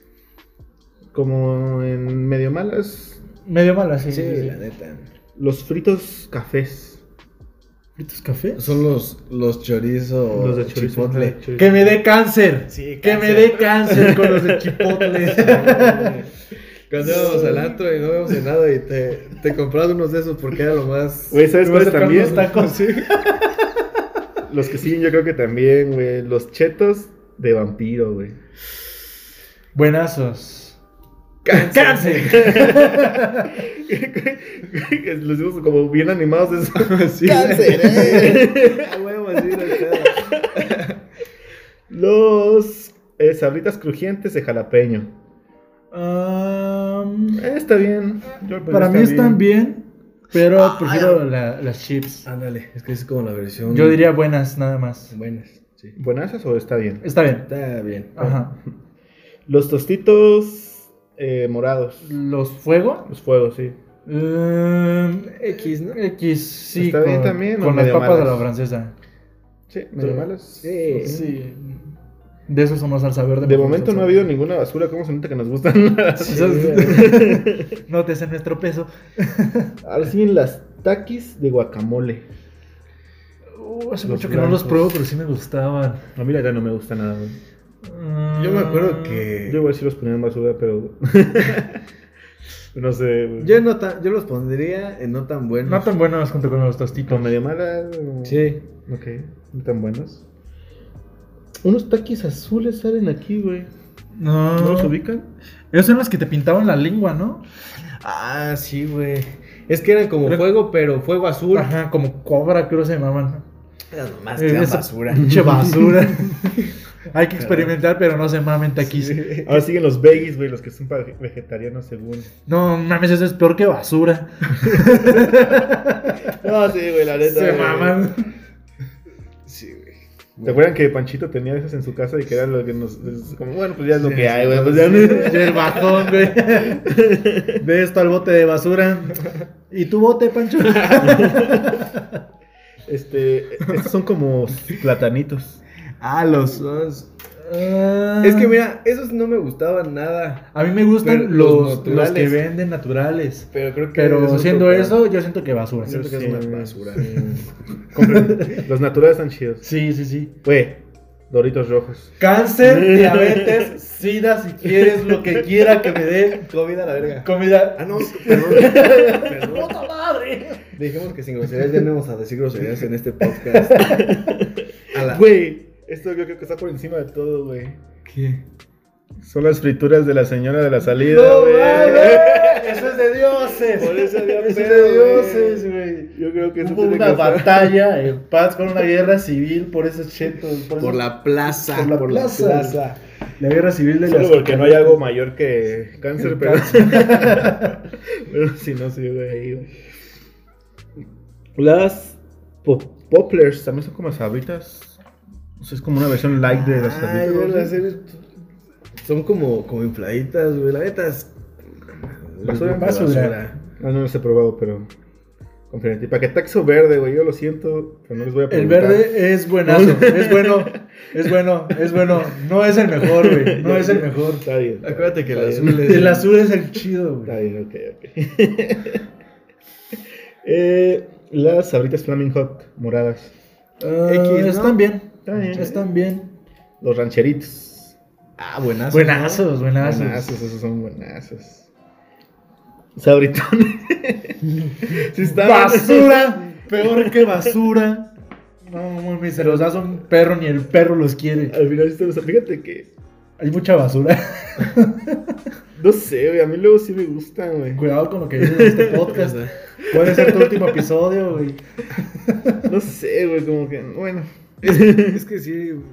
[SPEAKER 2] Como en medio malas.
[SPEAKER 1] Medio malo, así.
[SPEAKER 3] Sí,
[SPEAKER 1] Sí, sí.
[SPEAKER 3] la neta.
[SPEAKER 2] Los fritos cafés.
[SPEAKER 1] ¿Fritos café?
[SPEAKER 3] Son los, los chorizo
[SPEAKER 2] Los de chorizo.
[SPEAKER 3] chipotle.
[SPEAKER 2] ajá, chorizo.
[SPEAKER 1] Que me dé cáncer.
[SPEAKER 3] Sí,
[SPEAKER 1] que
[SPEAKER 3] cáncer.
[SPEAKER 1] me dé cáncer con los de chipotle.
[SPEAKER 3] Cuando íbamos al antro y no habíamos cenado y te, te comprabas unos de esos porque era lo más...
[SPEAKER 2] Güey, ¿sabes
[SPEAKER 1] Me voy a
[SPEAKER 2] cuáles
[SPEAKER 1] sacar
[SPEAKER 2] también?
[SPEAKER 1] unos tacos.
[SPEAKER 3] Sí.
[SPEAKER 2] Los que siguen yo creo que también, güey. Los chetos de vampiro, güey.
[SPEAKER 1] Buenazos.
[SPEAKER 3] ¡Cáncer!
[SPEAKER 2] Los vimos como bien animados eso. Sí.
[SPEAKER 3] ¡Cáncer! ¡Eh! A huevo, así la cara.
[SPEAKER 2] Los eh, sabritas crujientes de jalapeño.
[SPEAKER 1] Um,
[SPEAKER 2] Eh, está bien. Yo, pues,
[SPEAKER 1] para
[SPEAKER 2] está
[SPEAKER 1] mí están bien, pero prefiero la- las chips.
[SPEAKER 3] Ándale, es que es como la versión...
[SPEAKER 1] Yo diría buenas, nada más.
[SPEAKER 3] Buenas, sí.
[SPEAKER 2] ¿Buenasas o está bien?
[SPEAKER 1] Está bien.
[SPEAKER 3] Está bien.
[SPEAKER 1] Ajá.
[SPEAKER 2] Los tostitos eh, morados.
[SPEAKER 1] ¿Los fuego?
[SPEAKER 2] Los fuegos, sí.
[SPEAKER 1] Um,
[SPEAKER 3] X, ¿no?
[SPEAKER 1] X, sí.
[SPEAKER 2] Está
[SPEAKER 1] con,
[SPEAKER 2] bien también, o
[SPEAKER 1] con las
[SPEAKER 2] medio
[SPEAKER 1] papas de
[SPEAKER 2] malas.
[SPEAKER 1] la francesa.
[SPEAKER 2] Sí, medio malos.
[SPEAKER 3] Sí.
[SPEAKER 1] Sí. De esos somos salsa verde.
[SPEAKER 2] De
[SPEAKER 1] mejor
[SPEAKER 2] momento
[SPEAKER 1] salsa
[SPEAKER 2] no ha habido
[SPEAKER 1] verde.
[SPEAKER 2] ninguna basura. ¿Cómo se nota que nos gustan?
[SPEAKER 1] Esas- Nótese nuestro peso.
[SPEAKER 2] Ahora siguen las taquis de guacamole.
[SPEAKER 1] Uh, hace
[SPEAKER 2] Los
[SPEAKER 1] mucho que no los
[SPEAKER 2] blancos.
[SPEAKER 1] pruebo, pero sí me gustaban.
[SPEAKER 2] A mí la verdad no me gusta nada, güey.
[SPEAKER 3] Yo me acuerdo que...
[SPEAKER 2] Yo igual sí los ponía en basura, pero... no sé, güey.
[SPEAKER 3] Yo, no tan, yo los pondría en no tan buenos.
[SPEAKER 1] No tan buenos junto con los tostitos.
[SPEAKER 2] Con medio malas. o-
[SPEAKER 3] Sí.
[SPEAKER 2] Ok, no tan buenos. Unos taquis azules salen aquí, güey.
[SPEAKER 1] No.
[SPEAKER 2] ¿No los ubican?
[SPEAKER 1] Esos son los que te pintaban la lengua, ¿no?
[SPEAKER 3] Ah, sí, güey. Es que eran como
[SPEAKER 1] Pero-
[SPEAKER 3] fuego, pero fuego azul.
[SPEAKER 1] Ajá, como cobra, creo que se llamaban.
[SPEAKER 3] Eran nomás
[SPEAKER 1] Eh,
[SPEAKER 3] que eran
[SPEAKER 1] esa
[SPEAKER 3] basura.
[SPEAKER 1] Pinche basura. Hay que experimentar, pero no se mamen taquis.
[SPEAKER 2] Ahora siguen los veggies, güey, los que son para vegetarianos según.
[SPEAKER 1] No mames, eso es peor que basura.
[SPEAKER 2] No, sí, güey, la neta.
[SPEAKER 1] Se
[SPEAKER 2] güey.
[SPEAKER 1] maman.
[SPEAKER 3] Sí, güey.
[SPEAKER 2] ¿Te acuerdan que Panchito tenía esas en su casa y que era lo que nos... es como, bueno, pues ya es lo
[SPEAKER 3] Sí,
[SPEAKER 2] que hay,
[SPEAKER 3] sí,
[SPEAKER 2] güey. Pues
[SPEAKER 3] sí,
[SPEAKER 2] ya
[SPEAKER 3] sí.
[SPEAKER 2] no-
[SPEAKER 1] El bajón, güey. Ve esto al bote de basura. ¿Y tu bote, Pancho?
[SPEAKER 2] Este, estos son como platanitos.
[SPEAKER 3] Ah, los... los-
[SPEAKER 1] Ah,
[SPEAKER 3] Es que mira, esos no me gustaban nada.
[SPEAKER 1] a mí me gustan
[SPEAKER 3] Pero
[SPEAKER 1] los,
[SPEAKER 3] los
[SPEAKER 1] los que
[SPEAKER 3] naturales.
[SPEAKER 1] venden naturales.
[SPEAKER 3] Pero creo que...
[SPEAKER 1] Pero
[SPEAKER 3] es
[SPEAKER 1] siendo
[SPEAKER 3] otro
[SPEAKER 1] eso, yo siento que basura.
[SPEAKER 3] Siento que es
[SPEAKER 2] Sí,
[SPEAKER 3] una basura.
[SPEAKER 2] sí. Compren- Los naturales están chidos.
[SPEAKER 1] Sí, sí, sí.
[SPEAKER 2] Güey, Doritos rojos.
[SPEAKER 1] Cáncer, diabetes, sida, si quieres, lo que quiera que me dé
[SPEAKER 3] Comida a la verga.
[SPEAKER 1] comida.
[SPEAKER 3] Ah, no, perdón. Perdón.
[SPEAKER 1] ¡Puta madre!
[SPEAKER 3] Dijimos que sin groserías ya no vamos a decir groserías en este podcast. A la...
[SPEAKER 2] Güey, esto yo creo que está por encima de todo, güey.
[SPEAKER 3] ¿Qué?
[SPEAKER 2] Son las frituras de la señora de la salida,
[SPEAKER 1] ¡No
[SPEAKER 2] güey.
[SPEAKER 1] mames! ¡Eso es de dioses!
[SPEAKER 3] Por eso había
[SPEAKER 1] ¡Eso es
[SPEAKER 3] pedo,
[SPEAKER 1] de dioses, güey!
[SPEAKER 2] Yo creo que eso
[SPEAKER 1] Hubo
[SPEAKER 2] tiene
[SPEAKER 1] una
[SPEAKER 2] que estar-
[SPEAKER 1] batalla en paz con una guerra civil por esos chetos. Por,
[SPEAKER 3] Por
[SPEAKER 1] esos-
[SPEAKER 3] la plaza.
[SPEAKER 1] por la plaza. La guerra civil de
[SPEAKER 2] Solo
[SPEAKER 1] las...
[SPEAKER 2] porque no hay algo mayor que cáncer,
[SPEAKER 1] El
[SPEAKER 2] pero...
[SPEAKER 1] cáncer.
[SPEAKER 2] pero si no, sí, güey. güey. Las po- poplars también son como sabritas. O sea, es como una versión light de las
[SPEAKER 3] Ah,
[SPEAKER 2] sabritas.
[SPEAKER 3] yo
[SPEAKER 2] ¿no?
[SPEAKER 3] las he- Son como, como infladitas, güey. La neta es...
[SPEAKER 2] Basura,
[SPEAKER 1] basura.
[SPEAKER 2] Ah, no las he probado, pero... Conferente. Paquetaxo verde, güey. Yo lo siento, pero no les voy a
[SPEAKER 1] El
[SPEAKER 2] preguntar.
[SPEAKER 1] verde es buenazo, es bueno, es bueno, es bueno. No es el mejor, güey. No es el mejor.
[SPEAKER 2] Está bien. está
[SPEAKER 3] Acuérdate que
[SPEAKER 2] bien,
[SPEAKER 3] el
[SPEAKER 2] está
[SPEAKER 3] azul
[SPEAKER 2] bien.
[SPEAKER 3] es-
[SPEAKER 1] El azul es el chido,
[SPEAKER 2] Está
[SPEAKER 1] güey.
[SPEAKER 2] bien, ok, ok. eh, las sabritas Flaming Hot, moradas.
[SPEAKER 1] Ah,
[SPEAKER 3] X, ¿no?
[SPEAKER 1] están bien,
[SPEAKER 2] Está bien.
[SPEAKER 1] están bien.
[SPEAKER 2] Los rancheritos.
[SPEAKER 3] Ah, buenazo.
[SPEAKER 1] Buenazos, buenazos.
[SPEAKER 2] Buenazos, esos son buenazos. Sabritones. Sí están-
[SPEAKER 1] Basura, peor que basura. No, mames, se los das a un perro, ni el perro los quiere.
[SPEAKER 2] Al final, sí te los- fíjate que.
[SPEAKER 1] Hay mucha basura.
[SPEAKER 2] No sé, güey. A mí luego sí me gustan, güey.
[SPEAKER 1] Cuidado con lo que dices en este podcast. Puede ser tu último episodio, güey.
[SPEAKER 2] No sé, güey. Como que. Bueno.
[SPEAKER 3] Es, es que sí.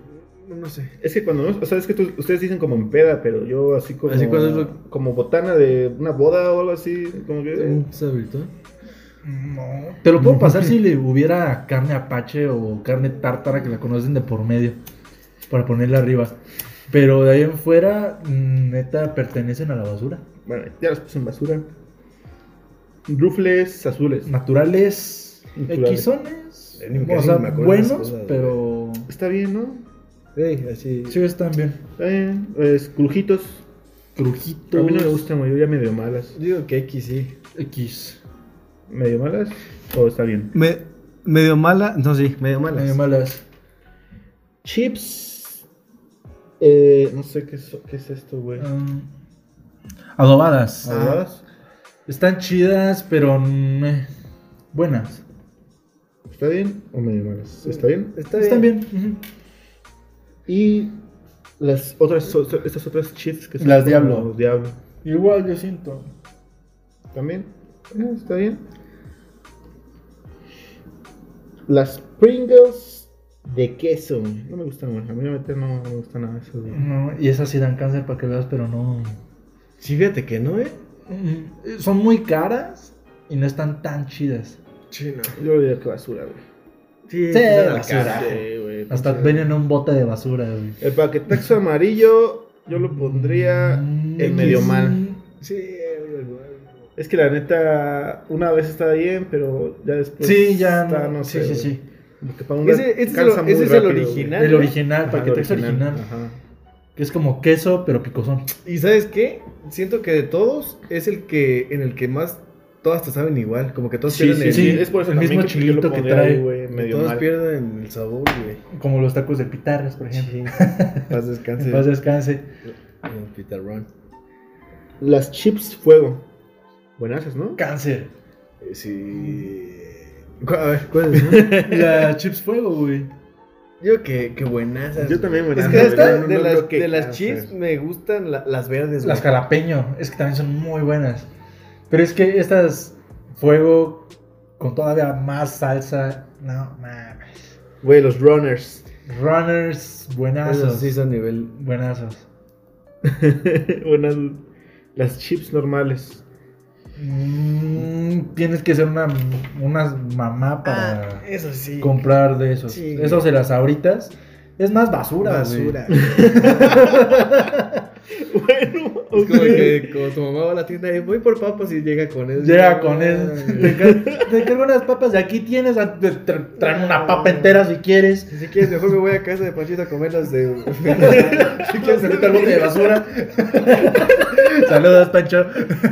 [SPEAKER 3] No sé.
[SPEAKER 2] Es que cuando no, o sea, es que tú- ustedes dicen como en peda, pero yo así como,
[SPEAKER 3] Así cuando es lo-
[SPEAKER 2] como botana de una boda o algo así, como que...
[SPEAKER 3] ¿Un sabrito?
[SPEAKER 1] No. Te lo puedo pasar si le hubiera carne apache o carne tártara que la conocen de por medio. Para ponerla arriba. Pero de ahí en fuera, mm, neta, pertenecen a la basura.
[SPEAKER 2] Bueno, ya los puse en basura. Rufles azules.
[SPEAKER 1] Naturales,
[SPEAKER 2] Naturales.
[SPEAKER 1] Xones.
[SPEAKER 3] Eh, ni me-
[SPEAKER 1] O
[SPEAKER 3] ni
[SPEAKER 1] sea,
[SPEAKER 3] me acuerdo de esas
[SPEAKER 1] buenos,
[SPEAKER 3] cosas,
[SPEAKER 1] pero.
[SPEAKER 2] Está bien, ¿no?
[SPEAKER 3] Sí, así.
[SPEAKER 1] Sí, están bien.
[SPEAKER 2] Está bien. Es crujitos.
[SPEAKER 1] Crujitos.
[SPEAKER 2] A mí no me gustan, güey, yo ya medio malas.
[SPEAKER 3] Digo que X sí.
[SPEAKER 1] X.
[SPEAKER 2] ¿Medio malas? ¿O está bien?
[SPEAKER 3] Me, medio mala. No, sí, medio mala.
[SPEAKER 1] Medio malas.
[SPEAKER 2] Chips. Eh, no sé qué es, qué es esto, güey.
[SPEAKER 1] Um, adobadas.
[SPEAKER 2] ¿Adobadas?
[SPEAKER 1] Están chidas, pero. mm, eh, buenas.
[SPEAKER 2] ¿Está bien o medio malas? ¿Está bien?
[SPEAKER 3] Está
[SPEAKER 1] Están bien. Ujú.
[SPEAKER 2] Y las otras, estas otras chips que son
[SPEAKER 1] Las
[SPEAKER 2] como
[SPEAKER 1] Diablo.
[SPEAKER 2] Diablo.
[SPEAKER 1] Igual yo siento.
[SPEAKER 2] ¿También? Eh, ¿Está bien? Las Pringles de queso. No me gustan, güey. A mí realmente no, no me gusta nada eso, güey.
[SPEAKER 1] No, y esas sí dan cáncer para que veas, pero no.
[SPEAKER 3] Sí, fíjate que no, ¿eh?
[SPEAKER 1] Mm, Son muy caras y no están tan chidas.
[SPEAKER 3] Sí, no.
[SPEAKER 2] Yo diría que basura, güey.
[SPEAKER 3] Sí,
[SPEAKER 1] Sí,
[SPEAKER 3] es la
[SPEAKER 1] basura.
[SPEAKER 3] cara.
[SPEAKER 2] Sí, güey.
[SPEAKER 1] Hasta
[SPEAKER 2] pinche-
[SPEAKER 1] vienen en un bote de basura, güey.
[SPEAKER 2] El paquetaxo amarillo yo lo pondría
[SPEAKER 1] Mm,
[SPEAKER 2] en medio
[SPEAKER 1] X.
[SPEAKER 2] mal.
[SPEAKER 3] Sí, güey, güey.
[SPEAKER 2] Es que la neta, una vez estaba bien, pero ya después.
[SPEAKER 1] Sí, ya
[SPEAKER 2] está,
[SPEAKER 1] no.
[SPEAKER 2] no
[SPEAKER 1] sí,
[SPEAKER 2] sé,
[SPEAKER 1] sí,
[SPEAKER 2] güey.
[SPEAKER 1] sí.
[SPEAKER 2] Como que para una
[SPEAKER 3] Ese- ese es
[SPEAKER 2] cansa
[SPEAKER 3] el-
[SPEAKER 2] muy
[SPEAKER 3] ese es el
[SPEAKER 2] rápido,
[SPEAKER 3] original.
[SPEAKER 2] güey.
[SPEAKER 1] El original,
[SPEAKER 2] Ajá,
[SPEAKER 1] paquetex
[SPEAKER 2] el
[SPEAKER 1] original.
[SPEAKER 2] Ajá.
[SPEAKER 1] Que es como queso, pero picosón.
[SPEAKER 3] ¿Y sabes qué? Siento que de todos es el que en el que más todas te saben igual. Como que todos
[SPEAKER 2] Sí,
[SPEAKER 3] pierden
[SPEAKER 2] sí,
[SPEAKER 3] el,
[SPEAKER 2] sí,
[SPEAKER 1] sí,
[SPEAKER 2] es por eso
[SPEAKER 1] el
[SPEAKER 2] también
[SPEAKER 1] mismo
[SPEAKER 2] que yo lo
[SPEAKER 1] chilito que
[SPEAKER 2] pondría
[SPEAKER 1] trae.
[SPEAKER 2] ahí, güey,
[SPEAKER 3] que
[SPEAKER 2] medio
[SPEAKER 3] todos
[SPEAKER 2] mal.
[SPEAKER 3] pierden el sabor, güey.
[SPEAKER 1] Como los tacos de pitarras, por ejemplo.
[SPEAKER 3] Paz descanse.
[SPEAKER 1] En paz descanse.
[SPEAKER 3] En Peter Run.
[SPEAKER 2] Las chips fuego. Buenasas, ¿no?
[SPEAKER 1] Cáncer.
[SPEAKER 3] Eh, Sí. Cu- A ver, ¿cuál es? no?
[SPEAKER 1] Las chips fuego, güey.
[SPEAKER 3] Yo que, que buenazas.
[SPEAKER 2] Yo también
[SPEAKER 3] Es
[SPEAKER 2] buenazas,
[SPEAKER 3] que
[SPEAKER 2] güey,
[SPEAKER 3] esta,
[SPEAKER 2] no-
[SPEAKER 3] de,
[SPEAKER 2] no
[SPEAKER 3] las,
[SPEAKER 2] creo que
[SPEAKER 3] de las
[SPEAKER 2] cáncer.
[SPEAKER 3] chips me gustan la- las verdes,
[SPEAKER 1] Las
[SPEAKER 3] güey.
[SPEAKER 1] jalapeño. Es que también son muy buenas. Pero es que estas fuego con todavía más salsa. No, mames.
[SPEAKER 2] Güey, los runners.
[SPEAKER 1] Runners, buenazos.
[SPEAKER 3] Esos sí son nivel.
[SPEAKER 1] Buenazos.
[SPEAKER 2] Buenas. Las chips normales.
[SPEAKER 1] Mm, tienes que ser una, una mamá para
[SPEAKER 3] Ah, eso sí.
[SPEAKER 1] comprar de esos.
[SPEAKER 3] Sí.
[SPEAKER 1] Esos de las ahoritas. Es más basura,
[SPEAKER 3] Basura.
[SPEAKER 1] güey.
[SPEAKER 2] Bueno,
[SPEAKER 3] Es como que como tu mamá va a la tienda y voy por papas y llega con eso.
[SPEAKER 1] Llega con él.
[SPEAKER 3] Ay,
[SPEAKER 1] Te ca- te cargo unas papas de aquí tienes. a- te tra- Traen una papa entera si quieres.
[SPEAKER 3] Si quieres, mejor me voy a casa de Panchito a comer las de.
[SPEAKER 1] Si quieres, ahorita el bote de basura. Saludos, Pancho.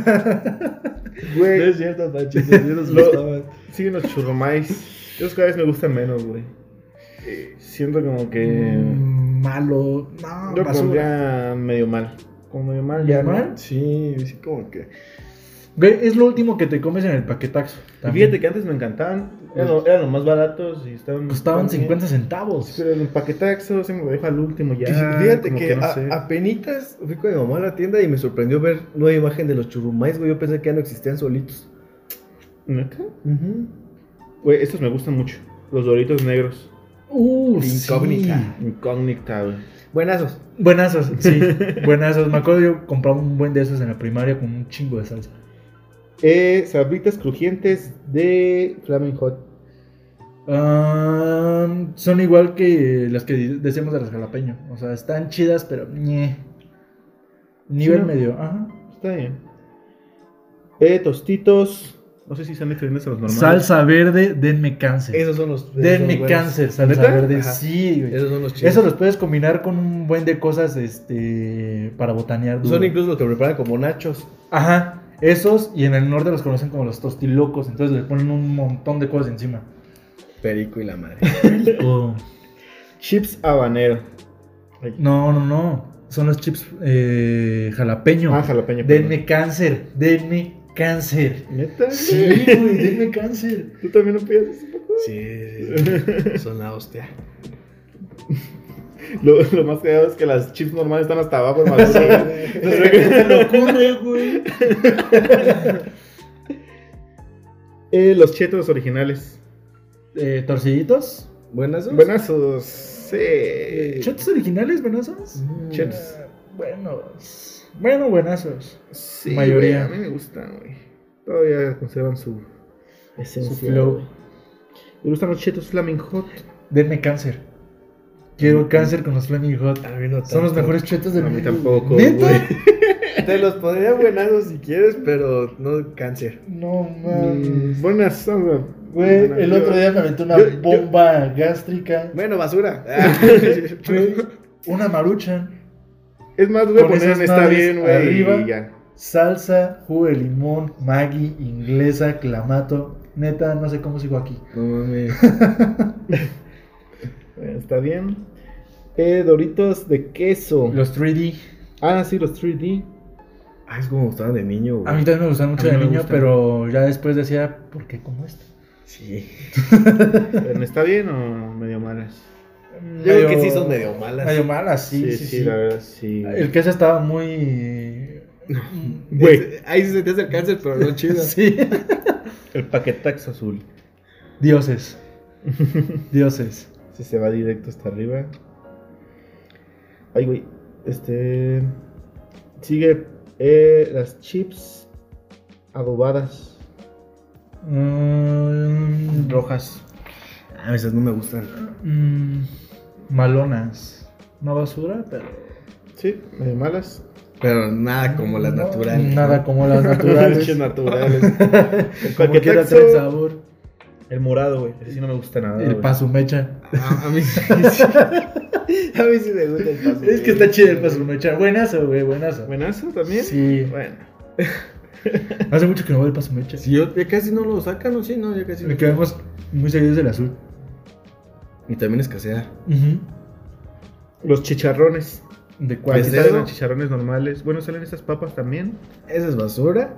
[SPEAKER 2] güey.
[SPEAKER 3] No es cierto, Panchito. Sí nos
[SPEAKER 2] Lo-
[SPEAKER 3] gustaban.
[SPEAKER 2] Siguen los churrumais. Esos cada vez me gustan menos, güey. Eh, Siento como que.
[SPEAKER 1] Mm, Malo. No,
[SPEAKER 2] Yo
[SPEAKER 1] basura.
[SPEAKER 2] pondría medio mal. Como medio mal ya.
[SPEAKER 1] ¿Medio
[SPEAKER 2] ¿no?
[SPEAKER 1] mal?
[SPEAKER 3] Sí, sí, como que.
[SPEAKER 1] Güey, es lo último que te comes en el paquetaxo.
[SPEAKER 2] Y
[SPEAKER 1] también.
[SPEAKER 2] fíjate que antes me encantaban. Eran, lo- eran los más baratos y estaban.
[SPEAKER 1] Costaban
[SPEAKER 2] estaban bien.
[SPEAKER 1] cincuenta centavos.
[SPEAKER 2] Pero el paquetaxo siempre lo dejo al último ya.
[SPEAKER 3] Fíjate
[SPEAKER 2] como
[SPEAKER 3] que,
[SPEAKER 2] no
[SPEAKER 3] a-
[SPEAKER 2] sé.
[SPEAKER 3] apenitas fui con mi mamá a la tienda y me sorprendió ver nueva imagen de los churrumais, güey. Yo pensé que ya no existían solitos.
[SPEAKER 2] ¿Neta? Güey, estos me gustan mucho. Los doritos negros.
[SPEAKER 1] Uh,
[SPEAKER 3] Incógnita.
[SPEAKER 1] sí.
[SPEAKER 2] Incógnita, güey.
[SPEAKER 3] Buenazos.
[SPEAKER 1] Buenazos, sí. Buenazos. Me acuerdo yo compraba un buen de esos en la primaria con un chingo de salsa.
[SPEAKER 2] Eh, sabritas crujientes de Flaming Hot.
[SPEAKER 1] Ah, son igual que las que decíamos de las jalapeño. O sea, están chidas, pero ñe. Nivel
[SPEAKER 2] Sí, ¿no?
[SPEAKER 1] medio. Ajá.
[SPEAKER 2] Está bien. Eh, tostitos. No sé si sean diferentes a los normales.
[SPEAKER 1] Salsa verde, denme cáncer.
[SPEAKER 3] Esos son los. esos son
[SPEAKER 1] denme
[SPEAKER 3] buenos.
[SPEAKER 1] cáncer, salsa
[SPEAKER 2] ¿Neta?
[SPEAKER 1] verde.
[SPEAKER 3] Ajá.
[SPEAKER 1] Sí, güey.
[SPEAKER 3] Esos son los chidos.
[SPEAKER 1] Eso los puedes combinar con un buen de cosas este para botanear. duro.
[SPEAKER 3] Son incluso los que preparan como nachos.
[SPEAKER 1] Ajá. Esos y en el norte los conocen como los tostilocos. Entonces les ponen un montón de cosas encima.
[SPEAKER 3] Perico y la madre.
[SPEAKER 1] Oh.
[SPEAKER 2] Chips habanero. Ay.
[SPEAKER 1] No, no, no. Son los chips eh, jalapeño.
[SPEAKER 2] Ah, jalapeño.
[SPEAKER 1] Denme cáncer. Denme cáncer.
[SPEAKER 2] ¿Neta?
[SPEAKER 1] Sí, güey, denme cáncer.
[SPEAKER 2] ¿Tú también no piensas un poco?
[SPEAKER 3] Sí, sí, sí. Son la hostia.
[SPEAKER 2] Lo, lo más cagado es que las chips normales están hasta abajo, hermano.
[SPEAKER 1] ¿Qué se le ocurre, güey?
[SPEAKER 2] eh, los chetos originales.
[SPEAKER 1] Eh, torciditos.
[SPEAKER 3] ¿Buenazos?
[SPEAKER 2] Buenazos. Sí.
[SPEAKER 1] ¿Chetos originales, buenazos?
[SPEAKER 3] Mm.
[SPEAKER 2] Chetos.
[SPEAKER 1] Ah, buenos. Bueno, buenazos.
[SPEAKER 2] Sí,
[SPEAKER 1] Mayoría.
[SPEAKER 2] güey, a mí me gustan, güey. Todavía conservan su esencia.
[SPEAKER 1] Su flow.
[SPEAKER 2] güey. Me gustan los chetos Flaming Hot.
[SPEAKER 1] Denme cáncer. Quiero cáncer con los Flaming Hot.
[SPEAKER 3] A mí no
[SPEAKER 1] Son los
[SPEAKER 3] tanto.
[SPEAKER 1] mejores chetos del
[SPEAKER 2] A mí
[SPEAKER 1] mundo.
[SPEAKER 2] tampoco,
[SPEAKER 1] ¿Neta?
[SPEAKER 2] güey.
[SPEAKER 3] Te los podría buenazos si quieres, pero no cáncer.
[SPEAKER 1] No
[SPEAKER 2] Mm,
[SPEAKER 1] mames.
[SPEAKER 2] buenas son, güey.
[SPEAKER 1] Güey,
[SPEAKER 2] Buenas,
[SPEAKER 1] el
[SPEAKER 2] yo-
[SPEAKER 1] otro día me aventé una
[SPEAKER 2] yo- yo-
[SPEAKER 1] bomba gástrica.
[SPEAKER 3] Bueno, basura.
[SPEAKER 1] Güey, una maruchan.
[SPEAKER 2] Es más, voy a
[SPEAKER 1] Con
[SPEAKER 2] poner
[SPEAKER 1] esas
[SPEAKER 2] está
[SPEAKER 1] madres
[SPEAKER 2] bien, güey.
[SPEAKER 1] arriba.
[SPEAKER 2] Y ya.
[SPEAKER 1] Salsa, jugo de limón, Maggi, inglesa, clamato. Neta, no sé cómo sigo aquí.
[SPEAKER 3] No mames.
[SPEAKER 2] Bueno, está bien. Eh, Doritos de queso.
[SPEAKER 1] Los tres D.
[SPEAKER 2] Ah, sí, los tres D.
[SPEAKER 3] Ah, es como me gustaban de niño, güey.
[SPEAKER 1] A mí también me gustaban mucho
[SPEAKER 2] A mí
[SPEAKER 1] de
[SPEAKER 2] me
[SPEAKER 1] niño,
[SPEAKER 2] gustan.
[SPEAKER 1] pero ya después decía, ¿por qué como esto?
[SPEAKER 3] Sí.
[SPEAKER 2] Pero, ¿está bien o medio malas?
[SPEAKER 3] Yo creo que sí son medio malas.
[SPEAKER 1] Medio malas, sí, sí, sí.
[SPEAKER 2] la verdad, sí.
[SPEAKER 1] El queso estaba muy...
[SPEAKER 2] Güey.
[SPEAKER 3] Es- Ahí sí sentías el cáncer, pero no chido.
[SPEAKER 1] Sí.
[SPEAKER 2] El paquetaxo azul.
[SPEAKER 1] Dioses. Dioses.
[SPEAKER 2] Si se va directo hasta arriba. Ay, güey. Este. Sigue eh, las chips adobadas.
[SPEAKER 1] Mm,
[SPEAKER 2] Rojas.
[SPEAKER 3] A veces no me gustan.
[SPEAKER 1] mm, malonas. No basura, pero...
[SPEAKER 2] Sí, medio malas.
[SPEAKER 3] Pero nada como las
[SPEAKER 1] No,
[SPEAKER 3] naturales.
[SPEAKER 1] Nada como las naturales.
[SPEAKER 2] Leches naturales. El
[SPEAKER 1] Como quiera
[SPEAKER 2] paquetaxo.
[SPEAKER 1] trae sabor.
[SPEAKER 2] El morado, güey. Ese sí no me gusta nada.
[SPEAKER 1] El
[SPEAKER 2] güey.
[SPEAKER 1] pasumecha.
[SPEAKER 3] A, a mí sí. A mí sí me gusta el paso.
[SPEAKER 1] Es que está chido el pasumecha. Buenazo, güey, buenazo.
[SPEAKER 2] ¿Buenazo también?
[SPEAKER 1] Sí.
[SPEAKER 2] Bueno.
[SPEAKER 1] Hace mucho que no voy al pasumecha.
[SPEAKER 3] Si yo ya casi no lo sacan, ¿o sí? No, ya casi
[SPEAKER 1] Me
[SPEAKER 3] no.
[SPEAKER 1] quedamos muy seguidos del azul.
[SPEAKER 3] Y también escasea.
[SPEAKER 1] Ujú.
[SPEAKER 2] Los chicharrones.
[SPEAKER 1] ¿De
[SPEAKER 2] Aquí
[SPEAKER 1] cuál?
[SPEAKER 3] ¿Es
[SPEAKER 2] salen
[SPEAKER 3] eso?
[SPEAKER 2] los chicharrones normales. Bueno, salen estas papas también.
[SPEAKER 3] Esa es basura.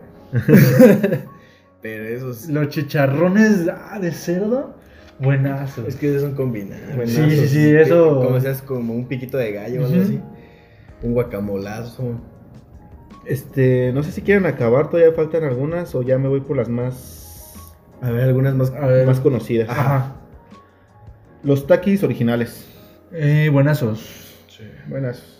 [SPEAKER 3] Pero esos.
[SPEAKER 1] Los chicharrones ah, de cerdo. Buenazo.
[SPEAKER 3] Es que esos son combinados.
[SPEAKER 2] Buenazos.
[SPEAKER 1] Sí, sí, sí, eso.
[SPEAKER 3] Como seas como un piquito de gallo o algo
[SPEAKER 1] Ujú.
[SPEAKER 3] así. Un guacamolazo.
[SPEAKER 2] Este, no sé si quieren acabar, todavía faltan algunas o ya me voy por las más,
[SPEAKER 3] A ver, algunas más.
[SPEAKER 1] A ver.
[SPEAKER 2] más conocidas.
[SPEAKER 1] Ajá.
[SPEAKER 2] Los takis originales.
[SPEAKER 1] Eh, buenazos.
[SPEAKER 2] Buenas.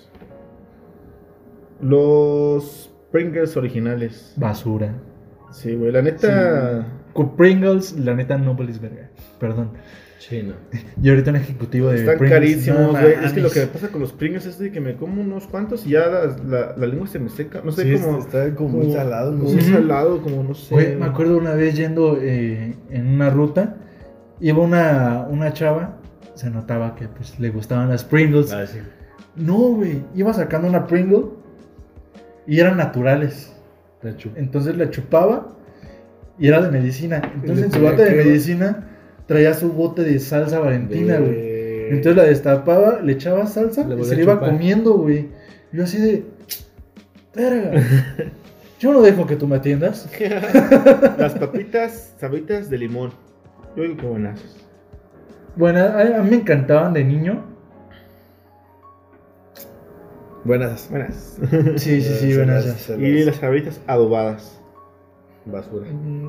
[SPEAKER 2] Los Pringles originales.
[SPEAKER 1] Basura.
[SPEAKER 2] Sí, güey, la neta.
[SPEAKER 1] Con Pringles, la neta, no vales verga. Perdón.
[SPEAKER 3] Sí, no.
[SPEAKER 1] Y ahorita un ejecutivo de
[SPEAKER 2] Están
[SPEAKER 1] Pringles,
[SPEAKER 2] carísimos,
[SPEAKER 1] no
[SPEAKER 2] güey. es
[SPEAKER 1] mames.
[SPEAKER 2] que lo que me pasa con los Pringles es de que me como unos cuantos y ya la, la, la lengua se me seca. No sé
[SPEAKER 3] Sí,
[SPEAKER 2] cómo.
[SPEAKER 3] está como muy salado, no
[SPEAKER 2] Como
[SPEAKER 3] sé.
[SPEAKER 2] muy
[SPEAKER 1] Ujú.
[SPEAKER 2] salado, como no sé.
[SPEAKER 1] Güey, me acuerdo una vez yendo eh, en una ruta, iba una, una chava, se notaba que pues le gustaban las Pringles.
[SPEAKER 3] Ah, sí.
[SPEAKER 1] No, güey, iba sacando una Pringle y eran naturales.
[SPEAKER 3] La chupa.
[SPEAKER 1] Entonces la chupaba y era de medicina. Entonces
[SPEAKER 3] le
[SPEAKER 1] en su
[SPEAKER 3] ponía
[SPEAKER 1] bote de
[SPEAKER 3] crema.
[SPEAKER 1] medicina traía su bote de salsa valentina, güey.
[SPEAKER 2] Eh,
[SPEAKER 1] Entonces la destapaba, le echaba salsa
[SPEAKER 3] Le
[SPEAKER 1] y
[SPEAKER 3] volvía
[SPEAKER 1] se
[SPEAKER 3] a
[SPEAKER 1] la iba
[SPEAKER 3] chupar.
[SPEAKER 1] comiendo, güey. Yo así de... Verga. Yo no dejo que tú me atiendas.
[SPEAKER 2] Las papitas, sabritas de limón. Yo digo que buenas.
[SPEAKER 1] Bueno, a, a mí me encantaban de niño.
[SPEAKER 3] Buenas.
[SPEAKER 2] Buenas.
[SPEAKER 1] Sí, sí, sí,
[SPEAKER 3] Se
[SPEAKER 1] buenas.
[SPEAKER 3] las- se
[SPEAKER 2] Y
[SPEAKER 3] las-
[SPEAKER 2] las sabritas adobadas.
[SPEAKER 3] Basura.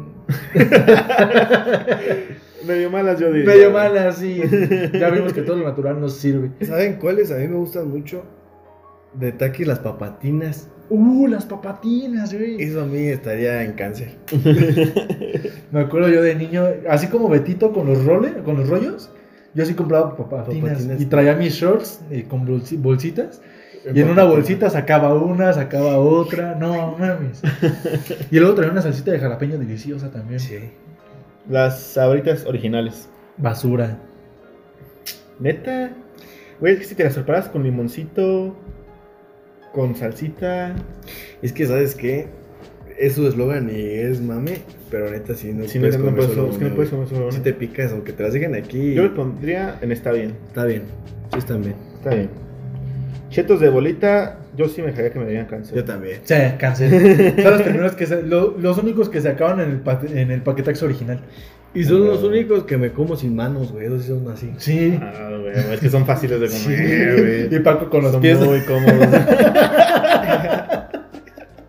[SPEAKER 2] Medio malas, yo diría.
[SPEAKER 1] Medio mala, sí. Ya vimos que todo lo natural nos sirve.
[SPEAKER 3] ¿Saben cuáles a mí me gustan mucho? De Takis, las papatinas.
[SPEAKER 1] Uh, las papatinas, güey.
[SPEAKER 3] Eso a mí estaría en cáncer.
[SPEAKER 1] Me acuerdo yo de niño, así como Betito con los roles, con los rollos, yo sí compraba papatinas,
[SPEAKER 3] Papatinas.
[SPEAKER 1] y traía mis shorts eh, con bolsi- bolsitas. Y en una bolsita sacaba una, sacaba otra. No mames. Y luego traía una salsita de jalapeño deliciosa también.
[SPEAKER 3] Sí.
[SPEAKER 2] Las sabritas originales.
[SPEAKER 1] Basura.
[SPEAKER 2] Neta. Güey, es que si te las preparas con limoncito, con salsita.
[SPEAKER 3] Es que, ¿sabes qué? Es su eslogan y es mame, pero neta, si no
[SPEAKER 2] Si no,
[SPEAKER 3] puedes
[SPEAKER 2] no
[SPEAKER 3] comer
[SPEAKER 2] puedes,
[SPEAKER 3] solo
[SPEAKER 2] es que no
[SPEAKER 3] uno,
[SPEAKER 2] puedes
[SPEAKER 3] güey.
[SPEAKER 2] comer solo uno.
[SPEAKER 3] Si te picas, aunque te las dejen aquí,
[SPEAKER 2] Yo le pondría en está bien.
[SPEAKER 3] está bien. Sí, están bien.
[SPEAKER 2] Está bien. Chetos de bolita, yo sí me dejaría que me dieran cáncer.
[SPEAKER 3] Yo también.
[SPEAKER 1] Sí, cáncer. Son los primeros que se- lo- los únicos que se acaban en el, pa- en el paquetaxo original.
[SPEAKER 3] Y son
[SPEAKER 2] Ah,
[SPEAKER 3] los
[SPEAKER 2] güey.
[SPEAKER 3] únicos que me como sin manos, güey. Esos sí son así.
[SPEAKER 1] Sí.
[SPEAKER 2] Ah, güey, es que son fáciles de
[SPEAKER 1] Sí.
[SPEAKER 2] comer, güey.
[SPEAKER 1] Y Paco con los
[SPEAKER 2] Son
[SPEAKER 1] pies.
[SPEAKER 2] muy cómodos.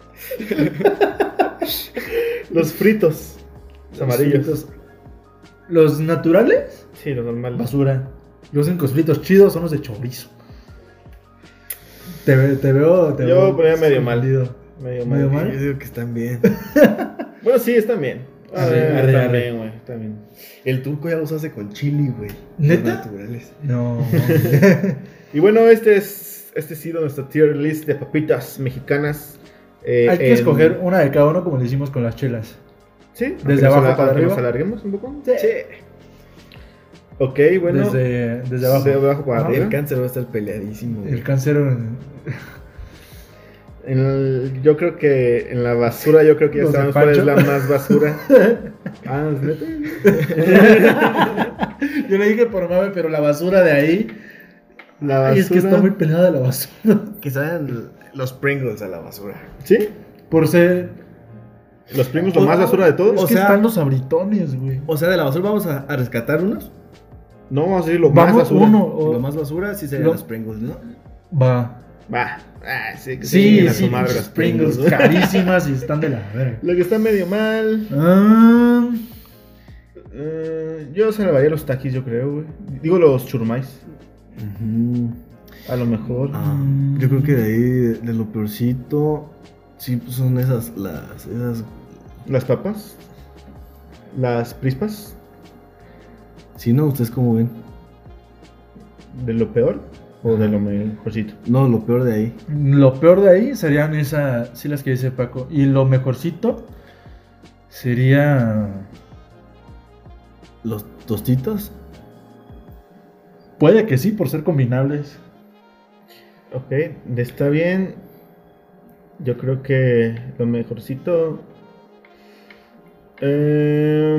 [SPEAKER 2] Los fritos. Los amarillos.
[SPEAKER 1] fritos. Los naturales,
[SPEAKER 2] Sí, lo normal.
[SPEAKER 1] basura. Los únicos fritos chidos son los de chorizo. Te, ve- te veo. Te
[SPEAKER 2] Yo
[SPEAKER 1] veo
[SPEAKER 2] ponía medio mal.
[SPEAKER 1] sorprendido.
[SPEAKER 2] Medio
[SPEAKER 1] ¿Medio
[SPEAKER 2] mal.
[SPEAKER 1] mal?
[SPEAKER 3] Yo digo que están bien.
[SPEAKER 2] Bueno, sí, están bien. Ah,
[SPEAKER 1] Arre, arre,
[SPEAKER 2] están
[SPEAKER 1] arre.
[SPEAKER 2] bien, güey. Están bien.
[SPEAKER 3] El turco ya los hace con chili, güey.
[SPEAKER 1] ¿Neta?
[SPEAKER 3] Los naturales.
[SPEAKER 1] No.
[SPEAKER 2] Y bueno, este es este ha sido nuestro tier list de papitas mexicanas. Eh,
[SPEAKER 1] Hay que
[SPEAKER 2] en-
[SPEAKER 1] escoger una de cada uno como lo hicimos con las chelas.
[SPEAKER 2] Sí,
[SPEAKER 1] desde
[SPEAKER 2] aunque nos
[SPEAKER 1] abajo
[SPEAKER 2] ala-
[SPEAKER 1] para
[SPEAKER 2] aunque nos
[SPEAKER 1] arriba.
[SPEAKER 2] alarguemos un poco.
[SPEAKER 1] Sí.
[SPEAKER 2] Ok, bueno.
[SPEAKER 1] Desde, desde abajo.
[SPEAKER 2] De abajo para
[SPEAKER 1] Ajá.
[SPEAKER 2] arriba.
[SPEAKER 3] El cáncer va a estar peleadísimo, güey.
[SPEAKER 1] El cáncer. en-
[SPEAKER 2] En el- yo creo que en la basura, yo creo que ya
[SPEAKER 1] Los de
[SPEAKER 2] sabemos cuál es
[SPEAKER 1] Pancho.
[SPEAKER 2] la más basura. Ah, ¿es neta?
[SPEAKER 1] Yo le dije por mame, pero la basura de ahí.
[SPEAKER 2] La basura.
[SPEAKER 1] Ay, es que está muy pelada la basura.
[SPEAKER 3] Que salgan los Pringles a la basura.
[SPEAKER 2] ¿Sí?
[SPEAKER 1] Por ser.
[SPEAKER 2] Los primos, lo más basura de todos.
[SPEAKER 1] Es
[SPEAKER 3] O
[SPEAKER 1] que
[SPEAKER 3] sea-
[SPEAKER 1] están los abritones, güey.
[SPEAKER 3] O sea, de la basura vamos a, a rescatar unos.
[SPEAKER 2] No, vamos a decir lo más
[SPEAKER 1] Vamos
[SPEAKER 2] basura.
[SPEAKER 1] uno. o-
[SPEAKER 3] Lo más basura sí serían
[SPEAKER 1] Lo-
[SPEAKER 3] los Pringles, ¿no?
[SPEAKER 1] Va.
[SPEAKER 2] Va. Ah, sí, que se
[SPEAKER 1] Sí,
[SPEAKER 2] lleguen a
[SPEAKER 1] sí,
[SPEAKER 2] su madre
[SPEAKER 1] pinches
[SPEAKER 2] las Pringles,
[SPEAKER 1] Pringles
[SPEAKER 2] ¿no?
[SPEAKER 1] carísimas y están de la verga.
[SPEAKER 2] Lo que está medio mal.
[SPEAKER 1] Ah,
[SPEAKER 2] eh, yo salvaría los taquis, yo creo, güey. Digo los churmais. A lo mejor.
[SPEAKER 3] Ah, yo creo que de ahí, de, de lo peorcito, sí pues son esas, las, esas,
[SPEAKER 2] Las papas. Las prispas.
[SPEAKER 3] sí, no, ustedes cómo ven.
[SPEAKER 2] ¿De lo peor? ¿O de lo mejorcito?
[SPEAKER 3] No, lo peor de ahí.
[SPEAKER 1] lo peor de ahí serían esas, sí las que dice Paco. Y lo mejorcito sería.
[SPEAKER 3] Los tostitos.
[SPEAKER 1] Puede que sí, por ser combinables.
[SPEAKER 2] Ok, de está bien. Yo creo que lo mejorcito. Eh,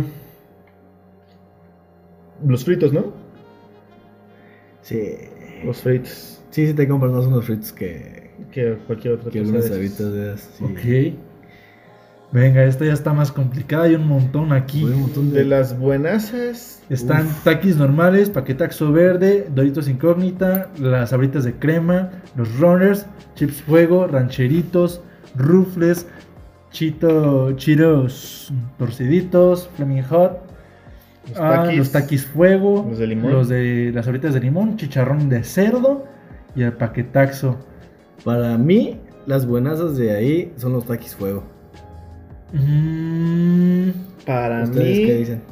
[SPEAKER 2] los fritos, ¿no?
[SPEAKER 3] Sí.
[SPEAKER 2] Los fritos.
[SPEAKER 3] Sí, sí te compras más unos fritos que,
[SPEAKER 2] Que cualquier otra
[SPEAKER 3] que
[SPEAKER 2] cosa.
[SPEAKER 3] unas
[SPEAKER 2] de esas.
[SPEAKER 3] sabitas de esas. Sí.
[SPEAKER 1] Ok. Venga, esta ya está más complicada. Hay un montón aquí.
[SPEAKER 3] Güey, un montón
[SPEAKER 2] De las buenasas.
[SPEAKER 1] Están
[SPEAKER 3] Uf.
[SPEAKER 1] taquis normales, paquetaxo verde, Doritos incógnita, las sabritas de crema, los runners, chips fuego, rancheritos, rufles, chito, chiros torciditos, flaming hot,
[SPEAKER 2] Los
[SPEAKER 1] ah,
[SPEAKER 2] taquis.
[SPEAKER 1] los taquis fuego,
[SPEAKER 2] Los de limón.
[SPEAKER 1] los de las sabritas de limón, chicharrón de cerdo y el paquetaxo.
[SPEAKER 3] Para mí, las buenasas de ahí son los taquis fuego.
[SPEAKER 1] Mm,
[SPEAKER 2] Para
[SPEAKER 3] ¿Ustedes
[SPEAKER 2] mí.
[SPEAKER 3] qué dicen?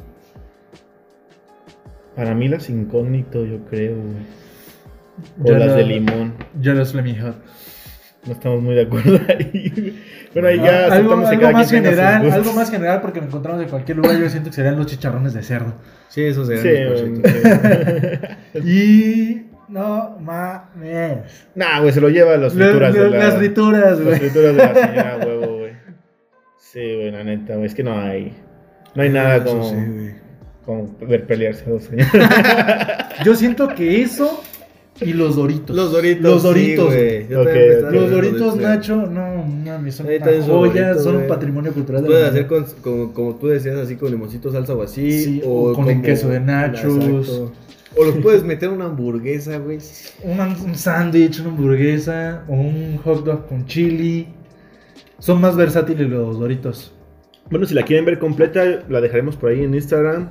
[SPEAKER 2] Para mí las incógnito, yo creo. güey. O
[SPEAKER 1] yo
[SPEAKER 2] las
[SPEAKER 1] lo-
[SPEAKER 2] de limón.
[SPEAKER 1] Yo los flaming hot.
[SPEAKER 2] No estamos muy de acuerdo ahí. güey. Bueno, ahí ya
[SPEAKER 1] Ah, algo,
[SPEAKER 2] aceptamos que
[SPEAKER 1] algo
[SPEAKER 2] cada
[SPEAKER 1] más
[SPEAKER 2] quien tenga sus
[SPEAKER 1] general,
[SPEAKER 2] gustos.
[SPEAKER 1] algo más general porque me encontramos en cualquier lugar. Yo siento que serían los chicharrones de cerdo.
[SPEAKER 3] Sí, esos
[SPEAKER 2] Sí,
[SPEAKER 3] serían los
[SPEAKER 2] güey.
[SPEAKER 3] tostitos.
[SPEAKER 1] Y no mames.
[SPEAKER 2] Nah, güey, se lo lleva a las frituras
[SPEAKER 1] Las-
[SPEAKER 2] de la...
[SPEAKER 1] las frituras,
[SPEAKER 2] Las
[SPEAKER 1] güey.
[SPEAKER 2] frituras de la señora huevo, güey. Sí, güey, la neta, güey. Es que no hay... No hay nada
[SPEAKER 3] Eso
[SPEAKER 2] como...
[SPEAKER 3] sí, güey.
[SPEAKER 2] como ver pelearse a dos señores.
[SPEAKER 1] Yo siento que eso y los Doritos.
[SPEAKER 3] Los Doritos.
[SPEAKER 1] Los
[SPEAKER 3] sí,
[SPEAKER 1] Doritos.
[SPEAKER 3] güey. Yo
[SPEAKER 2] Ok,
[SPEAKER 3] también me estaba
[SPEAKER 2] ok.
[SPEAKER 1] Los
[SPEAKER 3] acordando de
[SPEAKER 1] Doritos
[SPEAKER 3] eso.
[SPEAKER 1] Nacho, no mames, son
[SPEAKER 3] Ahí
[SPEAKER 1] una
[SPEAKER 3] está su
[SPEAKER 1] joya,
[SPEAKER 3] Dorito,
[SPEAKER 1] son un
[SPEAKER 3] güey.
[SPEAKER 1] patrimonio cultural de
[SPEAKER 3] Puedes
[SPEAKER 1] la
[SPEAKER 3] hacer
[SPEAKER 1] humanidad.
[SPEAKER 3] con, como, como tú decías, así con limoncito, salsa o así.
[SPEAKER 1] Sí, o con el queso de nachos.
[SPEAKER 3] Exacto. O los puedes meter en una hamburguesa, güey.
[SPEAKER 1] Un, un sándwich, una hamburguesa o un hot dog con chili. Son más versátiles los Doritos.
[SPEAKER 2] Bueno, si la quieren ver completa, la dejaremos por ahí en Instagram.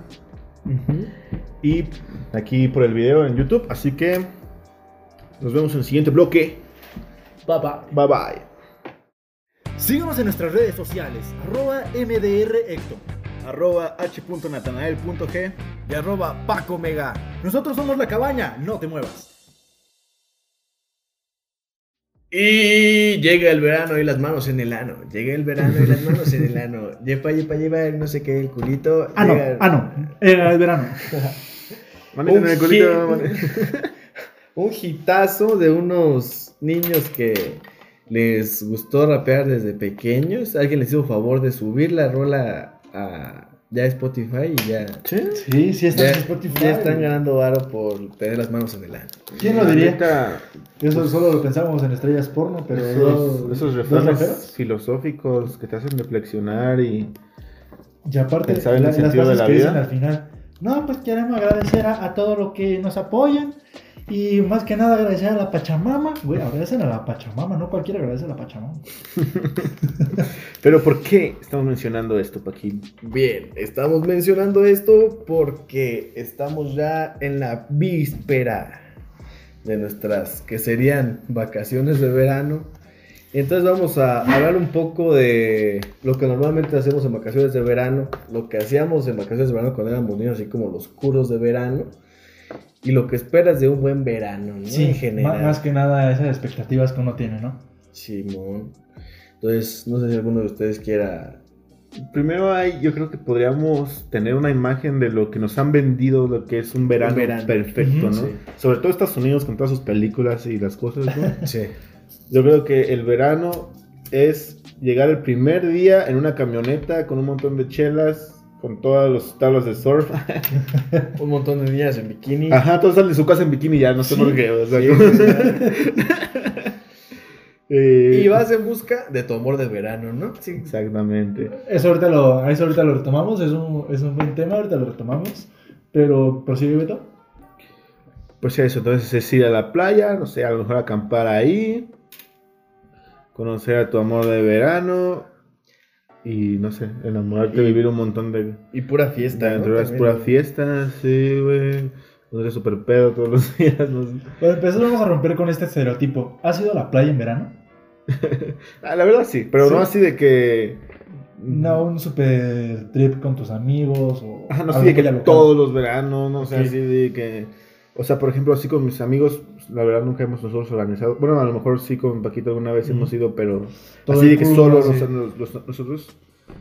[SPEAKER 2] Y aquí por el video en YouTube. Así que... nos vemos en el siguiente bloque.
[SPEAKER 1] Bye bye.
[SPEAKER 2] Bye bye.
[SPEAKER 4] Síguenos en nuestras redes sociales, arroba M D R Hector, arroba H.natanael.g
[SPEAKER 3] Y arroba Paco Mega.
[SPEAKER 4] Nosotros somos La Cabaña, no te muevas.
[SPEAKER 3] Y llega el verano y las manos en el ano. Llega el verano y las manos en el ano. Yepa, yepa, lleva no sé qué, el culito.
[SPEAKER 1] Ah, no,
[SPEAKER 3] Llega-
[SPEAKER 1] ah, no. Era el verano.
[SPEAKER 2] Manita en el culito,
[SPEAKER 3] Un
[SPEAKER 2] man-
[SPEAKER 3] Un hitazo de unos niños que les gustó rapear desde pequeños. Alguien les hizo favor de subir la rola a ya Spotify y ya,
[SPEAKER 1] Sí, sí, está
[SPEAKER 3] ya,
[SPEAKER 1] en Spotify.
[SPEAKER 3] ya están ganando varo por tener las manos en el ano.
[SPEAKER 1] ¿Quién lo diría?
[SPEAKER 2] Neta,
[SPEAKER 1] Eso solo lo pensábamos en estrellas porno, pero
[SPEAKER 2] esos,
[SPEAKER 1] dos-
[SPEAKER 2] esos
[SPEAKER 1] dos
[SPEAKER 2] refranes
[SPEAKER 1] raperos.
[SPEAKER 2] filosóficos que te hacen reflexionar y...
[SPEAKER 1] Y aparte,
[SPEAKER 2] Pensar en
[SPEAKER 1] la-
[SPEAKER 2] el
[SPEAKER 1] las
[SPEAKER 2] sentido de
[SPEAKER 1] frases
[SPEAKER 2] la
[SPEAKER 1] que
[SPEAKER 2] vida.
[SPEAKER 1] dicen al final. No, pues queremos agradecer a, a todo lo que nos apoyan Y más que nada agradecer a la Pachamama. Güey, agradecen a la Pachamama, no cualquiera agradece a la Pachamama.
[SPEAKER 2] Pero ¿por qué estamos mencionando esto, Paquín?
[SPEAKER 3] Bien, estamos mencionando esto porque estamos ya en la víspera de nuestras, que serían vacaciones de verano. Entonces vamos a hablar un poco de lo que normalmente hacemos en vacaciones de verano, lo que hacíamos en vacaciones de verano cuando éramos niños, así como los cursos de verano, y lo que esperas de un buen verano, ¿no?
[SPEAKER 1] Sí,
[SPEAKER 3] en general.
[SPEAKER 1] más, más que nada esas expectativas que uno tiene, ¿no?
[SPEAKER 3] Simón. Entonces, no sé si alguno de ustedes quiera...
[SPEAKER 2] Primero hay, yo creo que podríamos tener una imagen de lo que nos han vendido, lo que es un verano,
[SPEAKER 3] Un verano.
[SPEAKER 2] perfecto,
[SPEAKER 1] Ujú,
[SPEAKER 2] ¿no?
[SPEAKER 3] sí.
[SPEAKER 2] Sobre todo Estados Unidos con todas sus películas y las cosas, ¿no?
[SPEAKER 3] Sí.
[SPEAKER 2] Yo creo que el verano es llegar el primer día en una camioneta con un montón de chelas, con todas las tablas de surf.
[SPEAKER 3] Un montón de niñas en bikini.
[SPEAKER 2] Ajá, todos salen de su casa en bikini ya, no sé
[SPEAKER 1] Sí.
[SPEAKER 2] por qué. O sea,
[SPEAKER 3] Sí,
[SPEAKER 2] como-
[SPEAKER 3] ¿verdad?
[SPEAKER 2] Eh,
[SPEAKER 3] Y vas en busca de tu amor de verano, ¿no? Sí.
[SPEAKER 2] Exactamente.
[SPEAKER 1] Eso ahorita lo, eso ahorita lo retomamos, es un, es un buen tema, ahorita lo retomamos. Pero, ¿prosigue, Beto?
[SPEAKER 2] Pues eso, entonces es ir a la playa, no sé, a lo mejor acampar ahí, conocer a tu amor de verano y no sé, enamorarte,
[SPEAKER 3] Y-
[SPEAKER 2] vivir un montón de,
[SPEAKER 3] Y pura
[SPEAKER 2] de
[SPEAKER 3] fiesta, ¿no?
[SPEAKER 2] aventuras,
[SPEAKER 3] También,
[SPEAKER 2] pura
[SPEAKER 3] ¿no?
[SPEAKER 2] fiesta, sí, güey. Pondré super pedo todos los días, no sé.
[SPEAKER 1] Bueno, empezamos vamos a romper con este estereotipo. ¿Has ido a la playa en verano?
[SPEAKER 2] Ah, la verdad sí, pero
[SPEAKER 1] ¿Sí?
[SPEAKER 2] no así de que...
[SPEAKER 1] No, un super trip con tus amigos o
[SPEAKER 2] Ajá, no
[SPEAKER 1] algo
[SPEAKER 2] así de que
[SPEAKER 1] muy local.
[SPEAKER 2] todos los veranos, no sé,
[SPEAKER 1] Ok.
[SPEAKER 2] así de que... O sea, por ejemplo, así con mis amigos, pues, la verdad nunca hemos nosotros organizado. Bueno, a lo mejor sí con Paquito alguna vez
[SPEAKER 1] Ujú.
[SPEAKER 2] hemos ido, pero
[SPEAKER 1] Todo
[SPEAKER 2] así
[SPEAKER 1] el
[SPEAKER 2] de que
[SPEAKER 1] crew,
[SPEAKER 2] solo
[SPEAKER 1] sí.
[SPEAKER 2] nos- nos- nosotros,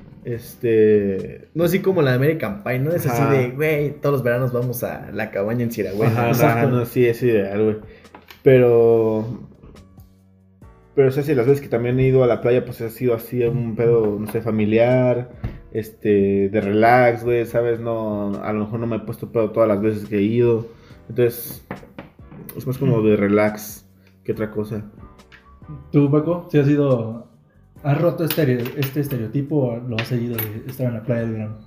[SPEAKER 2] este...
[SPEAKER 3] No así como la American Pie, ¿no? Es
[SPEAKER 2] Ajá.
[SPEAKER 3] así de, güey, todos los veranos vamos a la cabaña en Siragüena.
[SPEAKER 2] Ajá,
[SPEAKER 1] exacto.
[SPEAKER 2] no, no, sí, es ideal, güey. Pero... Pero o sea, sí, las veces que también he ido a la playa, pues ha sido así un pedo, no sé, familiar, este, de relax, güey, ¿sabes? No, a lo mejor no me he puesto pedo todas las veces que he ido. Entonces, es más como de relax que otra cosa.
[SPEAKER 1] ¿Tú, Paco? ¿Sí has ido... ¿Has roto este, este estereotipo o lo has seguido de estar en la playa de verano?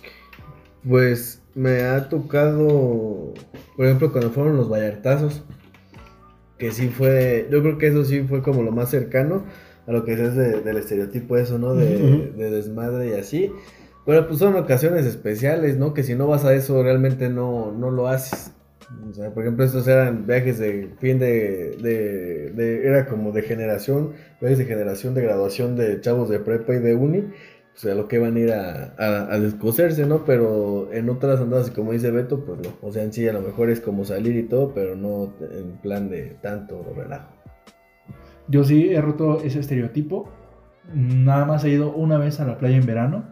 [SPEAKER 3] Pues me ha tocado, por ejemplo, cuando fueron los Vallartazos, que sí fue, yo creo que eso sí fue como lo más cercano a lo que es de- del estereotipo eso, ¿no? De,
[SPEAKER 2] Ujú.
[SPEAKER 3] de desmadre y así. Pero pues son ocasiones especiales, ¿no? Que si no vas a eso realmente no, no lo haces. O sea, por ejemplo, estos eran viajes de fin de, de, de- era como de generación, viajes de generación de graduación de chavos de prepa y de uni. O sea, lo que van a ir a, a, a descoserse, ¿no? Pero en otras andadas, y como dice Beto, pues no. O sea, en sí a lo mejor es como salir y todo, pero no en plan de tanto relajo.
[SPEAKER 1] Yo sí he roto ese estereotipo. Nada más he ido una vez a la playa en verano.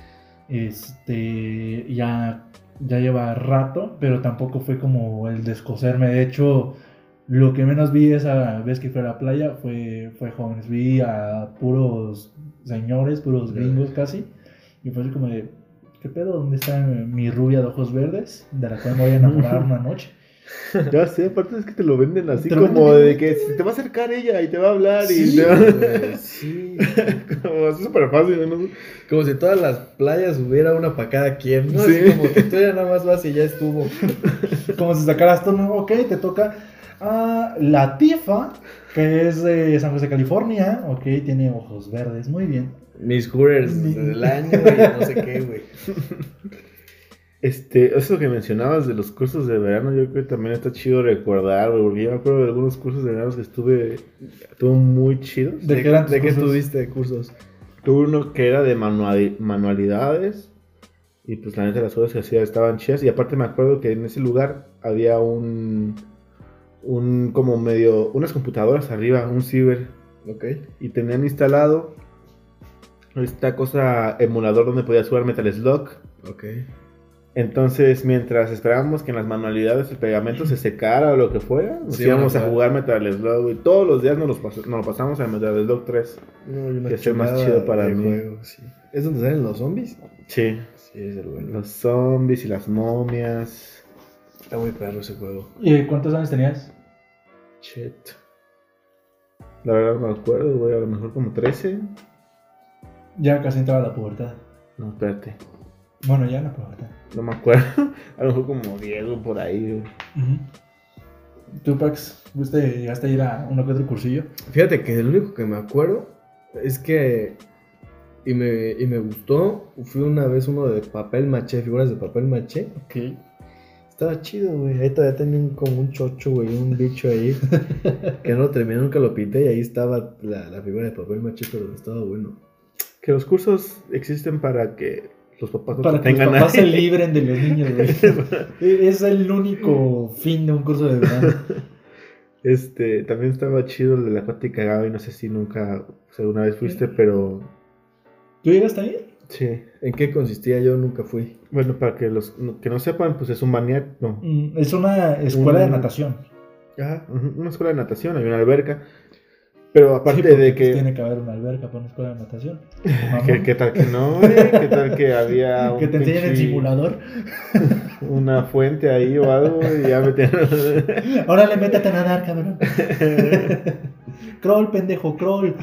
[SPEAKER 1] Este, ya, ya lleva rato, pero tampoco fue como el descoserme. De hecho, lo que menos vi esa vez que fui a la playa fue, fue jóvenes. Vi a puros señores, puros gringos casi. Y fue así como de, ¿qué pedo? ¿Dónde está mi rubia de ojos verdes? De la cual me voy a enamorar una noche.
[SPEAKER 2] Ya sé, aparte es que te lo venden así
[SPEAKER 1] Te lo
[SPEAKER 2] como
[SPEAKER 1] venden
[SPEAKER 2] de
[SPEAKER 1] bien.
[SPEAKER 2] que se te va a acercar ella y te va a hablar y
[SPEAKER 3] Sí,
[SPEAKER 2] te va...
[SPEAKER 3] güey, sí.
[SPEAKER 2] como es súper fácil, ¿no?
[SPEAKER 3] Como si todas las playas hubiera una para cada quien, ¿no?
[SPEAKER 2] Sí.
[SPEAKER 3] Así como que tú ya nada más vas y ya estuvo.
[SPEAKER 1] Como si sacaras tú, ¿no? Ok, te toca a la Tifa, que es de San José, California. Ok, tiene ojos verdes, muy bien.
[SPEAKER 3] Mis Hooters
[SPEAKER 1] Mi-
[SPEAKER 3] del año y no sé qué, güey.
[SPEAKER 2] Este, eso que mencionabas de los cursos de verano, yo creo que también está chido recordar, güey, porque yo me acuerdo de algunos cursos de verano que estuve, estuvo muy chidos.
[SPEAKER 1] ¿De qué eran tus
[SPEAKER 3] ¿De qué
[SPEAKER 1] cursos?
[SPEAKER 3] tuviste de cursos?
[SPEAKER 2] Tuve uno que era de manuali- manualidades y pues la neta las cosas que hacía estaban chidas y aparte me acuerdo que en ese lugar había un, un como medio, unas computadoras arriba, un ciber
[SPEAKER 3] Ok.
[SPEAKER 2] y tenían instalado esta cosa emulador donde podías jugar Metal Slug.
[SPEAKER 3] Ok.
[SPEAKER 2] Entonces, mientras esperábamos que en las manualidades el pegamento se secara o lo que fuera, nos
[SPEAKER 3] Sí,
[SPEAKER 2] íbamos
[SPEAKER 3] bueno,
[SPEAKER 2] a jugar Metal Slug y todos los días nos, los pas- nos lo pasamos en Metal Slug tres.
[SPEAKER 3] No, y una
[SPEAKER 2] Que es el más
[SPEAKER 3] chulada
[SPEAKER 2] chido para
[SPEAKER 3] de
[SPEAKER 2] mí.
[SPEAKER 3] juego, sí. ¿Es donde salen los zombies?
[SPEAKER 2] Sí,
[SPEAKER 3] Sí, es el bueno.
[SPEAKER 2] los zombies y las momias.
[SPEAKER 3] Está muy perro ese juego.
[SPEAKER 1] ¿Y cuántos años tenías?
[SPEAKER 2] Shit. La verdad no me acuerdo, güey, a lo mejor como trece.
[SPEAKER 1] Ya casi entraba la pubertad.
[SPEAKER 2] No, espérate,
[SPEAKER 1] Bueno, ya en la pubertad.
[SPEAKER 2] no me acuerdo. A lo mejor como diez o por ahí, güey.
[SPEAKER 1] Ujú. ¿Tú, Pax, fuiste, llegaste a ir a uno que otro cursillo?
[SPEAKER 3] Fíjate que el único que me acuerdo es que, y me, y me gustó, fui una vez uno de papel maché, figuras de papel maché.
[SPEAKER 1] Ok.
[SPEAKER 3] Estaba chido, güey. Ahí todavía tenía un, como un chocho, güey, un bicho ahí. Que no lo terminé, nunca lo pinté y ahí estaba la, la figura de papel maché, pero estaba bueno.
[SPEAKER 2] Que los cursos existen para que los papás no
[SPEAKER 1] Para
[SPEAKER 2] te
[SPEAKER 1] que los
[SPEAKER 2] tengan
[SPEAKER 1] papás se
[SPEAKER 2] ahí.
[SPEAKER 1] libren de los niños, güey. Es el único fin de un curso de verano.
[SPEAKER 2] Este, también estaba chido el de la acuática Gaby, no sé si nunca, o sea, alguna vez fuiste, pero
[SPEAKER 1] ¿Tú llegaste ahí?
[SPEAKER 2] sí.
[SPEAKER 3] ¿En qué consistía? Yo nunca fui.
[SPEAKER 2] Bueno, para que los no- que no sepan, pues es un maniac, no,
[SPEAKER 1] Mm, Es una escuela de
[SPEAKER 2] Un-
[SPEAKER 1] natación.
[SPEAKER 2] Ajá, ujú, una escuela de natación, hay una alberca, pero aparte
[SPEAKER 1] Sí, porque,
[SPEAKER 2] de
[SPEAKER 1] pues,
[SPEAKER 2] que,
[SPEAKER 1] tiene que haber una alberca para una escuela de natación.
[SPEAKER 2] que, ¿qué tal que no? eh? ¿Qué tal que había un
[SPEAKER 1] Que te enseñen el
[SPEAKER 2] pinche-
[SPEAKER 1] simulador.
[SPEAKER 2] una fuente ahí o algo y ya metieron?
[SPEAKER 1] Órale, métete a nadar, cabrón. Crawl, pendejo, crawl.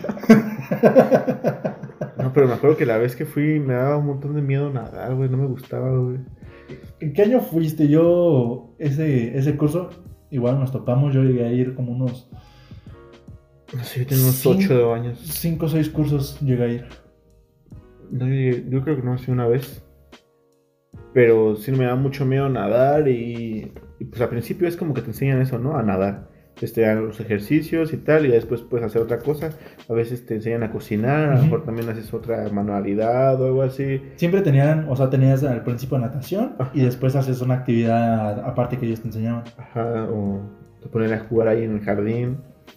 [SPEAKER 2] No, pero me acuerdo que la vez que fui me daba un montón de miedo nadar, güey, no me gustaba, güey.
[SPEAKER 1] ¿En qué año fuiste? Yo, ese, ese curso, igual nos topamos. Yo llegué a ir como unos
[SPEAKER 2] No sé, yo tenía unos
[SPEAKER 1] Sí.
[SPEAKER 2] ocho años.
[SPEAKER 1] cinco o seis cursos. Llegué a ir.
[SPEAKER 2] No, yo, yo creo que no, sí una vez. Pero sí me da mucho miedo nadar y, y pues al principio es como que te enseñan eso, ¿no? A nadar. Este, a los ejercicios y tal, y después puedes hacer otra cosa. A veces te enseñan a cocinar, a lo mejor también haces otra manualidad o algo así.
[SPEAKER 1] Siempre tenían, o sea, tenías al principio natación y después haces una actividad aparte que ellos te enseñaban.
[SPEAKER 2] Ajá, o te ponen a jugar ahí en el jardín.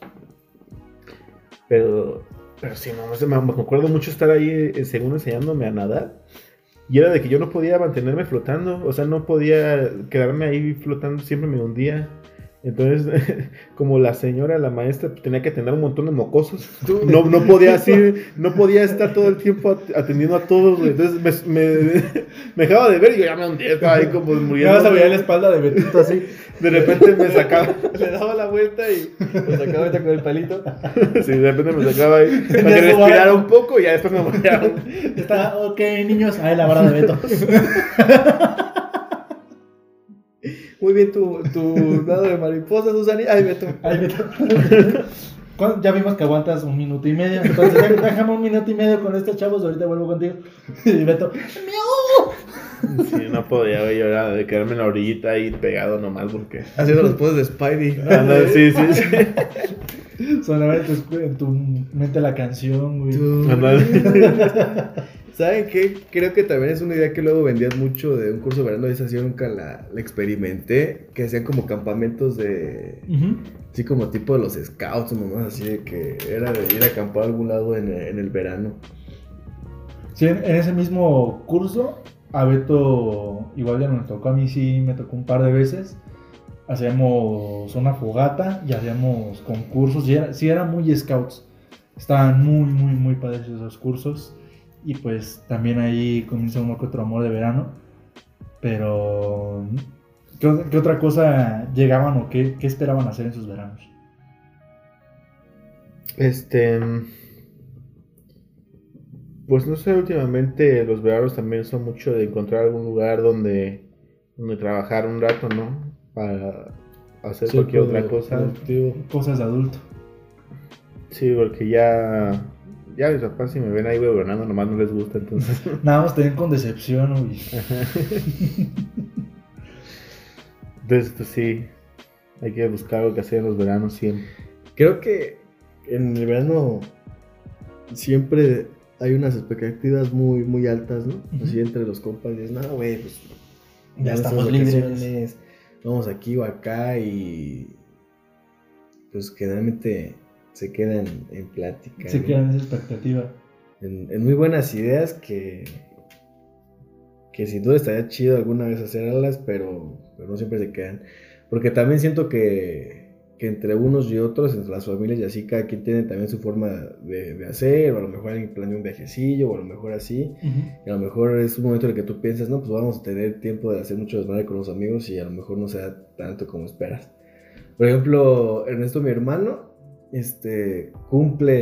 [SPEAKER 2] Pero, pero sí, no, no me, me acuerdo mucho estar ahí, eh, según enseñándome a nadar. Y era de que yo no podía mantenerme flotando, o sea, no podía quedarme ahí flotando, siempre me hundía. Entonces, como la señora, la maestra, pues, tenía que tener un montón de mocosos. No, no podía así, no podía estar todo el tiempo at- atendiendo a todos, güey. Entonces me, me, me dejaba de ver y yo ya me hundía, estaba ahí como
[SPEAKER 1] Ya
[SPEAKER 2] muriendo.
[SPEAKER 1] vas a ver la espalda de Betito así.
[SPEAKER 2] De repente me sacaba,
[SPEAKER 3] Le daba la vuelta y lo sacaba ahorita con el palito.
[SPEAKER 2] sí, de repente me sacaba ahí para que
[SPEAKER 1] Ya su
[SPEAKER 2] respirara
[SPEAKER 1] barco.
[SPEAKER 2] un poco y ya después me moría.
[SPEAKER 1] Está, ok, niños. Ahí la vara de Beto.
[SPEAKER 3] Muy bien tu, tu dado de mariposa, Susani. Ay, Beto.
[SPEAKER 1] Ahí Beto. ¿Cuándo? Ya vimos que aguantas un minuto y medio. Entonces, dé- déjame un minuto y medio con estos chavos. Ahorita vuelvo contigo. Y Beto.
[SPEAKER 2] Sí, no podía, güey, yo era de quedarme en la orillita ahí pegado nomás porque...
[SPEAKER 3] Haciendo los poses de Spidey.
[SPEAKER 2] Anda, sí, sí, sí.
[SPEAKER 1] Sonaba en tu, en tu mente la canción, güey.
[SPEAKER 2] Anda.
[SPEAKER 3] ¿Saben qué? Creo que también es una idea que luego vendían mucho de un curso de verano. Esa sí yo nunca la, la experimenté. Que hacían como campamentos de...
[SPEAKER 1] Ujú.
[SPEAKER 3] Así como tipo de los scouts o mamás así de que era de ir a acampar a algún lado en, en el verano.
[SPEAKER 1] Sí, en, en ese mismo curso, a Beto igual ya nos tocó, a mí sí me tocó un par de veces. Hacíamos una fogata y hacíamos concursos. Y era, sí, eran muy scouts. Estaban muy, muy, muy padres esos cursos. Y pues también ahí comienza uno que otro amor de verano. Pero, ¿qué, ot- qué otra cosa llegaban o qué, qué esperaban hacer en sus veranos?
[SPEAKER 2] Este... Pues no sé, últimamente los veranos también son mucho de encontrar algún lugar donde, donde trabajar un rato, ¿no? Para hacer
[SPEAKER 3] Sí,
[SPEAKER 2] cualquier
[SPEAKER 3] pues,
[SPEAKER 2] otra cosa.
[SPEAKER 3] productivo.
[SPEAKER 1] Cosas de adulto.
[SPEAKER 2] Sí, porque ya... Ya mis papás si me ven ahí huevonando nomás no les gusta, entonces...
[SPEAKER 1] Nada más te ven con decepción, güey.
[SPEAKER 2] Entonces, pues sí, hay que buscar algo que hacer en los veranos siempre.
[SPEAKER 3] Creo que en el verano siempre hay unas expectativas muy, muy altas, ¿no?
[SPEAKER 1] Ujú.
[SPEAKER 3] Así entre los compas, dices, no, güey, pues
[SPEAKER 1] Ya
[SPEAKER 3] nuestras
[SPEAKER 1] estamos libres.
[SPEAKER 3] vacaciones, vamos aquí o acá y pues generalmente se quedan en plática,
[SPEAKER 1] Se
[SPEAKER 3] ¿no?
[SPEAKER 1] quedan en esa expectativa.
[SPEAKER 3] en, en muy buenas ideas que, que sin duda estaría chido alguna vez hacerlas, pero, pero no siempre se quedan. Porque también siento que, que entre unos y otros, entre las familias y así, cada quien tiene también su forma de, de hacer, o a lo mejor alguien planea un viajecillo, o a lo mejor así. Y a lo mejor es un momento en el que tú piensas, no, pues vamos a tener tiempo de hacer mucho desmadre con los amigos y a lo mejor no sea tanto como esperas. Por ejemplo, Ernesto, mi hermano, este, cumple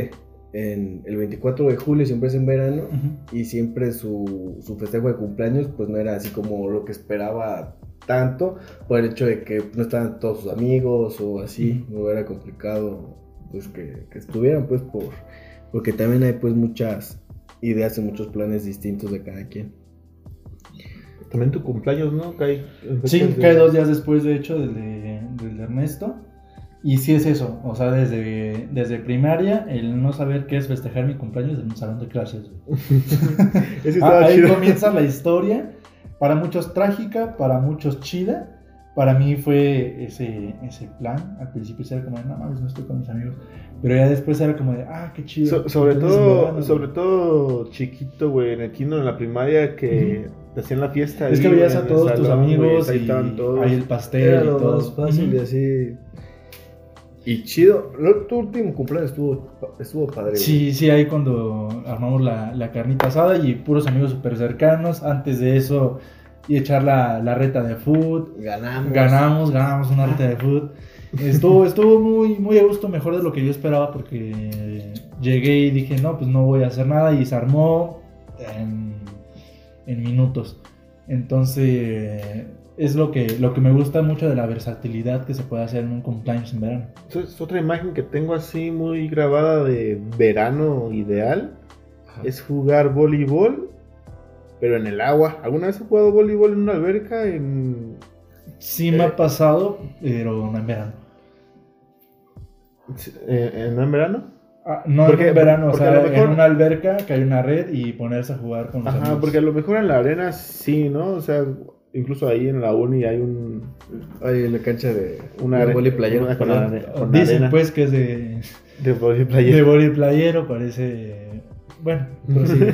[SPEAKER 3] en el veinticuatro de julio siempre es en verano,
[SPEAKER 1] Ujú.
[SPEAKER 3] y siempre su, su festejo de cumpleaños pues no era así como lo que esperaba tanto, por el hecho de que no estaban todos sus amigos o así, no era complicado pues que, que estuvieran pues por, porque también hay pues muchas ideas y muchos planes distintos de cada quien.
[SPEAKER 2] También tu cumpleaños, ¿no? Cae en
[SPEAKER 1] Sí,
[SPEAKER 2] fechas de-
[SPEAKER 1] cae dos días después, de hecho, del de, del de Ernesto. Y sí es eso, o sea, desde, desde primaria, el no saber qué es festejar mi cumpleaños en un salón de clases.
[SPEAKER 2] Ese
[SPEAKER 1] Ah,
[SPEAKER 2] estaba
[SPEAKER 1] ahí
[SPEAKER 2] chido.
[SPEAKER 1] comienza la historia, para muchos trágica, para muchos chida. Para mí fue ese, ese plan. Al principio era como de, no mames, no estoy con mis amigos. Pero ya después era como de, ah, qué chido.
[SPEAKER 2] So- sobre
[SPEAKER 1] Entonces,
[SPEAKER 2] todo,
[SPEAKER 1] verano,
[SPEAKER 2] sobre
[SPEAKER 1] güey.
[SPEAKER 2] todo chiquito, güey, en el kinder, en la primaria, que te hacían la fiesta.
[SPEAKER 1] Es
[SPEAKER 2] ahí,
[SPEAKER 1] que veías
[SPEAKER 2] güey,
[SPEAKER 1] a
[SPEAKER 2] en el
[SPEAKER 1] todos tus
[SPEAKER 2] salón,
[SPEAKER 1] amigos
[SPEAKER 2] güey, ahí
[SPEAKER 1] y
[SPEAKER 2] estaban todos.
[SPEAKER 1] hay el pastel
[SPEAKER 3] Era
[SPEAKER 1] y
[SPEAKER 3] lo
[SPEAKER 1] todo.
[SPEAKER 3] más fácil
[SPEAKER 1] Ujú.
[SPEAKER 3] y así. Y chido. Lo- Tu último cumpleaños estuvo, estuvo padre.
[SPEAKER 1] Sí, sí, ahí cuando armamos la, la carnita asada y puros amigos súper cercanos. Antes de eso, y echar la, la reta de food.
[SPEAKER 3] güey. Ganamos.
[SPEAKER 1] Ganamos, ganamos una reta de food. Estuvo, estuvo muy, muy a gusto, mejor de lo que yo esperaba, porque llegué y dije, no, pues no voy a hacer nada, y se armó en, en minutos. Entonces, es lo que, lo que me gusta mucho de la versatilidad que se puede hacer en un cumpleaños en verano.
[SPEAKER 2] Esa es otra imagen que tengo así muy grabada de verano ideal.
[SPEAKER 3] Ajá.
[SPEAKER 2] Es jugar voleibol, pero en el agua. ¿Alguna vez has jugado voleibol en una alberca? En...
[SPEAKER 1] Sí me
[SPEAKER 2] Eh.
[SPEAKER 1] ha pasado, pero no en verano.
[SPEAKER 2] ¿En, en verano?
[SPEAKER 1] Ah, no
[SPEAKER 2] Porque-
[SPEAKER 1] en verano, o
[SPEAKER 2] porque
[SPEAKER 1] sea,
[SPEAKER 2] a lo mejor-
[SPEAKER 1] en una alberca que hay una red y ponerse a jugar con los
[SPEAKER 2] Ajá,
[SPEAKER 1] amigos.
[SPEAKER 2] porque a lo mejor en la arena sí, ¿no? O sea, incluso ahí en la uni hay un...
[SPEAKER 3] Ahí en la cancha de
[SPEAKER 2] Una
[SPEAKER 3] de
[SPEAKER 2] are-
[SPEAKER 3] vóley playero.
[SPEAKER 2] una con
[SPEAKER 3] perdón.
[SPEAKER 2] are- con
[SPEAKER 1] Dicen
[SPEAKER 2] arena.
[SPEAKER 1] pues que es de,
[SPEAKER 2] De voleibol
[SPEAKER 1] de
[SPEAKER 2] playero.
[SPEAKER 1] boli playero, parece... Bueno, prosigue.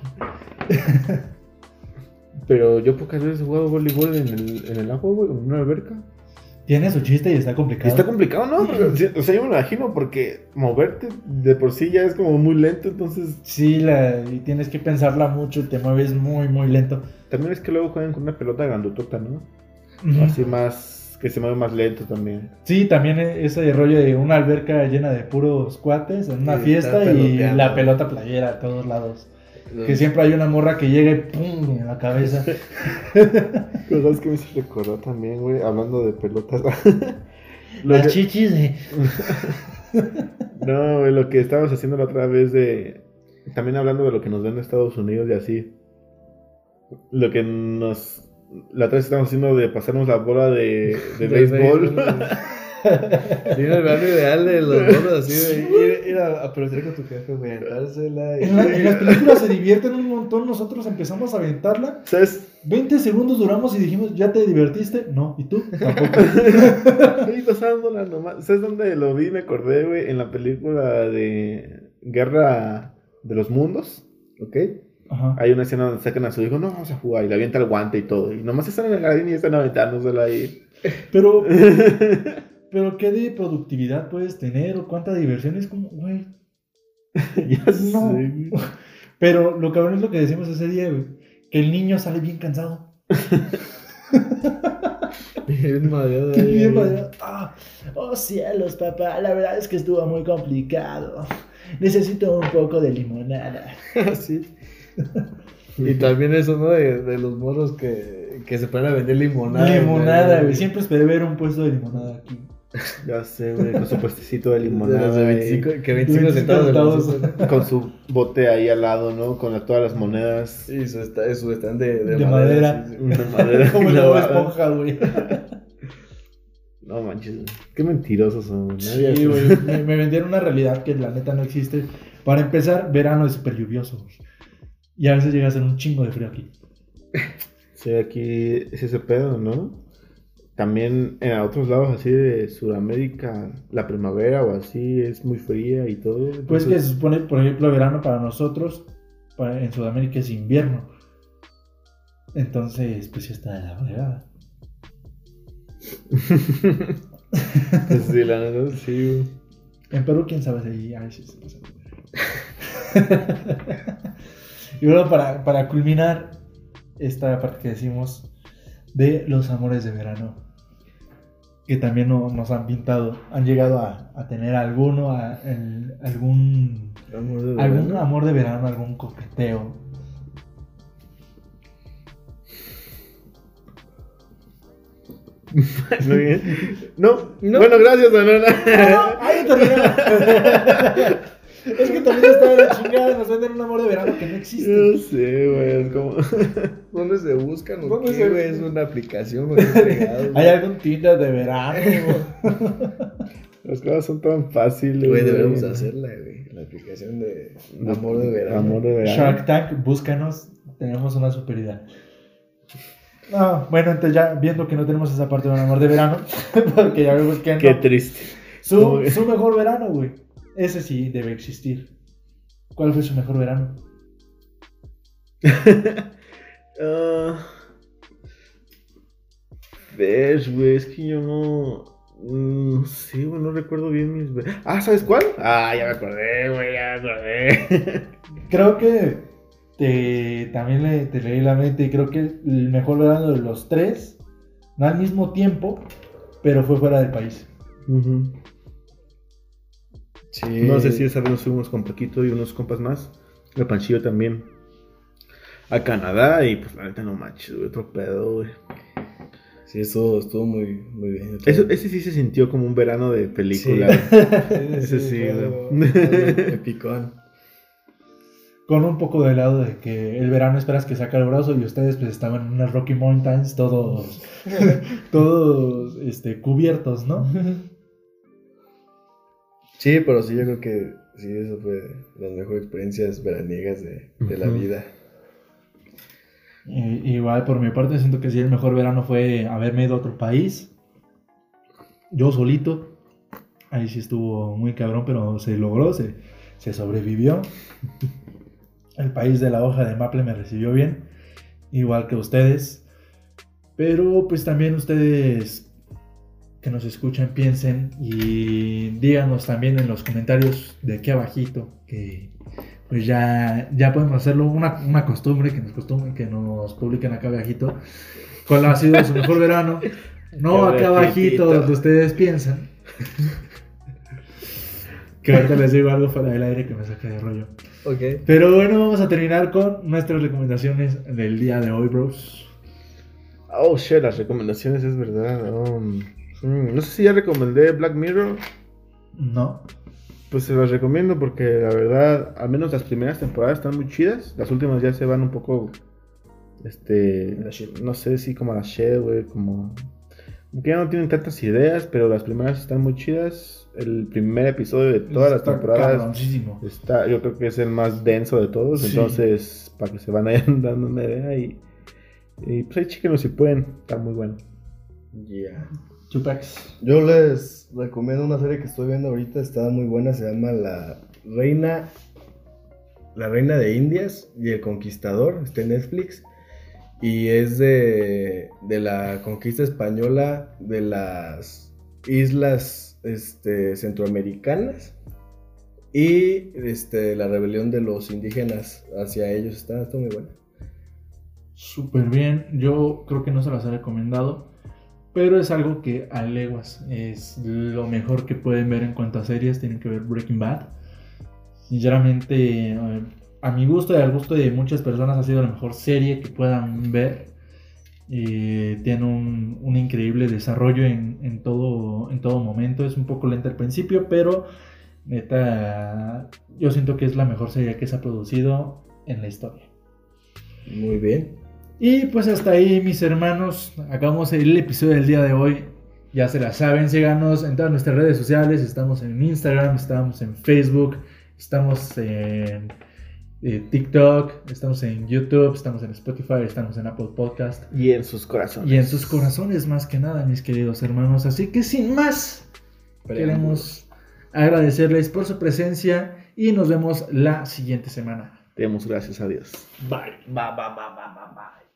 [SPEAKER 2] Pero yo pocas veces he jugado voleibol en el, en el agua, güey, en una alberca.
[SPEAKER 1] Tiene su chiste y está
[SPEAKER 2] Y
[SPEAKER 1] complicado.
[SPEAKER 2] está complicado, ¿no? Porque, sí, o sea, yo me lo imagino porque moverte de por sí ya es como muy lento, entonces
[SPEAKER 1] Sí, la, y tienes que pensarla mucho, te mueves muy, muy lento.
[SPEAKER 2] también es que luego juegan con una pelota grandotota, ¿no?
[SPEAKER 1] Ujú.
[SPEAKER 2] Así más, que se mueve más lento también.
[SPEAKER 1] Sí, también ese rollo de una alberca llena de puros cuates en una
[SPEAKER 3] Sí,
[SPEAKER 1] fiesta
[SPEAKER 3] estar
[SPEAKER 1] y
[SPEAKER 3] peloteando.
[SPEAKER 1] la pelota playera a todos lados. Que siempre hay una morra que llega y ¡pum! En la cabeza.
[SPEAKER 2] Pero sabes que me hizo recordar también, güey, hablando de pelotas. Lo
[SPEAKER 1] Las
[SPEAKER 2] que-
[SPEAKER 1] chichis de...
[SPEAKER 2] No, güey, lo que estábamos haciendo la otra vez de... También hablando de lo que nos ven en Estados Unidos y así. Lo que nos... La otra vez estábamos haciendo de pasarnos la bola de, de
[SPEAKER 3] De
[SPEAKER 2] béisbol.
[SPEAKER 3] béisbol. Sí, era el verano ideal de los bonos así de ir, ir a, a pelear con tu jefe, güey, aventársela. y-
[SPEAKER 1] En, la- en las películas se divierten un montón, nosotros empezamos a aventarla.
[SPEAKER 2] ¿Sabes?
[SPEAKER 1] veinte segundos duramos y dijimos, ¿ya te divertiste? No, ¿y tú? Tampoco.
[SPEAKER 2] Ahí pasándola nomás. ¿Sabes dónde lo vi? Me acordé, güey, en la película de Guerra de los Mundos. ¿Ok?
[SPEAKER 1] Ajá.
[SPEAKER 2] Hay una escena donde sacan a su hijo, no, vamos a jugar, y le avienta el guante y todo. Y nomás están en el jardín y están aventándosela ahí.
[SPEAKER 1] Pero, pero ¿qué de productividad puedes tener? ¿O cuánta diversión? Es como, güey.
[SPEAKER 2] Ya sé,
[SPEAKER 1] No.
[SPEAKER 2] güey.
[SPEAKER 1] Pero lo cabrón es lo que decimos ese día, güey. Que el niño sale bien cansado.
[SPEAKER 3] Bien madreado
[SPEAKER 1] Qué
[SPEAKER 3] ahí.
[SPEAKER 1] bien, madre. Ah, oh cielos, papá. La verdad es que estuvo muy complicado. Necesito un poco de limonada.
[SPEAKER 3] Sí. Y también eso, ¿no? De, de los morros que, que se ponen a vender limonada.
[SPEAKER 1] Limonada, güey. Siempre esperé ver un puesto de limonada aquí.
[SPEAKER 2] Ya sé, güey, con su puestecito de
[SPEAKER 3] De los
[SPEAKER 2] limonada.
[SPEAKER 3] de
[SPEAKER 2] ahí,
[SPEAKER 3] veinticinco, que veinticinco
[SPEAKER 1] veinticinco
[SPEAKER 3] centavos de la
[SPEAKER 1] centavos.
[SPEAKER 3] bolsa.
[SPEAKER 2] con su bote ahí al lado, ¿no? Con la- todas las monedas.
[SPEAKER 3] Y su, esta- su stand de, de,
[SPEAKER 1] De madera.
[SPEAKER 3] madera. sí, sí.
[SPEAKER 2] Una madera
[SPEAKER 1] Como la
[SPEAKER 2] clavada.
[SPEAKER 1] esponja, güey.
[SPEAKER 2] No manches, qué mentirosos son. Nadie
[SPEAKER 1] Sí,
[SPEAKER 2] hace-
[SPEAKER 1] güey. Me, me vendieron una realidad que la neta no existe. Para empezar, verano es súper lluvioso, güey. Y a veces llega a ser un chingo de frío aquí.
[SPEAKER 2] Sí, aquí es ese pedo, ¿no? También en otros lados así de Sudamérica, la primavera o así es muy fría y todo.
[SPEAKER 1] Pues que se
[SPEAKER 2] entonces-
[SPEAKER 1] supone, por ejemplo, verano para nosotros, para- en Sudamérica es invierno. Entonces, pues sí está de la fregada.
[SPEAKER 2] Pues sí, la neta, sí, güey.
[SPEAKER 1] En Perú, quién sabe si ahí ay, sí, sí, sí. Y bueno, para, para culminar esta parte que decimos de los amores de verano. que también no, nos han pintado, han llegado a, a tener alguno, a, el, algún,
[SPEAKER 3] Amor de
[SPEAKER 1] algún
[SPEAKER 3] verano.
[SPEAKER 1] amor de verano, algún coqueteo.
[SPEAKER 2] Muy bien. No,
[SPEAKER 3] No.
[SPEAKER 2] bueno, gracias, Anona.
[SPEAKER 1] ¡Ay, terminó! Es que también está de la chingada, nos venden un amor de verano que no existe.
[SPEAKER 2] No sé, güey, es como...
[SPEAKER 3] ¿Dónde se buscan o
[SPEAKER 1] ¿Dónde
[SPEAKER 3] qué,
[SPEAKER 1] se-
[SPEAKER 3] güey? Es una aplicación, güey. qué fregados,
[SPEAKER 1] ¿Hay
[SPEAKER 3] güey.
[SPEAKER 1] algún Tinder de verano?
[SPEAKER 2] Las cosas son tan fáciles.
[SPEAKER 3] Güey, deberíamos hacerla, güey. La aplicación de amor de verano.
[SPEAKER 2] Amor de verano.
[SPEAKER 1] Shark Tank, búscanos, tenemos una super idea. No, bueno, entonces ya viendo que no tenemos esa parte de un amor de verano, porque ya vemos que
[SPEAKER 2] Qué
[SPEAKER 1] no.
[SPEAKER 2] triste.
[SPEAKER 1] Su,
[SPEAKER 2] Muy-
[SPEAKER 1] su mejor verano, güey. Ese sí debe existir. ¿Cuál fue su mejor verano?
[SPEAKER 2] Ah, ver, güey, es que yo no. mm, Sí, güey, no recuerdo bien mis. ve- Ah, ¿sabes cuál? Ah, ya me acordé, güey, ya me acordé.
[SPEAKER 1] Creo que te, también le, te leí la mente y creo que el mejor verano de los tres, no al mismo tiempo, pero fue fuera del país.
[SPEAKER 2] Ujú.
[SPEAKER 3] Sí.
[SPEAKER 2] No sé si esa vez nos fuimos con Paquito y unos compas más. El Panchillo también. A Canadá y pues la neta no manches, güey, otro pedo, güey.
[SPEAKER 3] Sí, estuvo, estuvo muy, muy bien.
[SPEAKER 2] Eso, ese sí se sintió como un verano de película.
[SPEAKER 3] Sí.
[SPEAKER 2] güey. Ese sí,
[SPEAKER 3] fue
[SPEAKER 2] güey.
[SPEAKER 3] algo epicón.
[SPEAKER 1] Con un poco de lado de que el verano esperas que saque el brazo y ustedes pues estaban en unas Rocky Mountains todos, todos este, cubiertos, ¿no?
[SPEAKER 3] Sí, pero sí, yo creo que sí, eso fue las mejores experiencias veraniegas de, de la
[SPEAKER 2] Ujú.
[SPEAKER 3] vida.
[SPEAKER 1] Eh, igual por mi parte siento que sí el mejor verano fue haberme ido a otro país. Yo solito. Ahí sí estuvo muy cabrón, pero se logró, se, se sobrevivió. El país de la hoja de maple me recibió bien, igual que ustedes. Pero pues también ustedes que nos escuchan piensen y díganos también en los comentarios de aquí abajito que pues ya, ya podemos hacerlo una, una costumbre que nos costumbre, que nos publiquen acá abajito cuál ha sido su mejor verano, no
[SPEAKER 2] Acá
[SPEAKER 1] acá abajito
[SPEAKER 2] abajito.
[SPEAKER 1] donde ustedes piensan. Que ahorita les digo algo fuera del aire que me saque de rollo.
[SPEAKER 3] Ok.
[SPEAKER 1] Pero bueno, vamos a terminar con nuestras recomendaciones del día de hoy, bros.
[SPEAKER 2] Oh, shit, las recomendaciones es verdad. Um, mm, no sé si ya recomendé Black Mirror.
[SPEAKER 1] No.
[SPEAKER 2] Pues se las recomiendo porque la verdad, al menos las primeras temporadas están muy chidas. Las últimas ya se van un poco, este,
[SPEAKER 3] La shit.
[SPEAKER 2] no sé si como a la shit, güey, como que ya no tienen tantas ideas, pero las primeras están muy chidas. El primer episodio de todas las
[SPEAKER 1] Está
[SPEAKER 2] temporadas
[SPEAKER 1] cabroncísimo.
[SPEAKER 2] está, yo creo que es el más denso de todos.
[SPEAKER 1] Sí.
[SPEAKER 2] Entonces, para que se van dando una idea y, y pues ahí chíquenlo si pueden, está muy bueno.
[SPEAKER 3] Yeah.
[SPEAKER 1] Chupax.
[SPEAKER 3] Yo les recomiendo una serie que estoy viendo ahorita, está muy buena, se llama La Reina La Reina de Indias y el Conquistador, está en Netflix y es de, de la conquista española de las islas este, centroamericanas y este, la rebelión de los indígenas hacia ellos, está, está muy buena.
[SPEAKER 1] Súper bien. Yo creo que no se las he recomendado, pero es algo que a leguas es lo mejor que pueden ver en cuanto a series. Tienen que ver Breaking Bad. Sinceramente, eh, a mi gusto y al gusto de muchas personas ha sido la mejor serie que puedan ver. Eh, tiene un, un increíble desarrollo en, en, todo, en todo momento. Es un poco lenta al principio, pero neta, yo siento que es la mejor serie que se ha producido en la historia.
[SPEAKER 3] Muy bien.
[SPEAKER 1] Y pues hasta ahí, mis hermanos, acabamos el episodio del día de hoy. Ya se la saben, síganos en todas nuestras redes sociales. Estamos en Instagram, estamos en Facebook, estamos en eh, TikTok, estamos en YouTube, estamos en Spotify, estamos en Apple Podcast.
[SPEAKER 2] Y en sus corazones.
[SPEAKER 1] Y en sus corazones más que nada, mis queridos hermanos. Así que sin más, queremos agradecerles por su presencia y nos vemos la siguiente semana.
[SPEAKER 2] Demos gracias a Dios.
[SPEAKER 1] Bye. Bye, bye, bye, bye, bye, bye.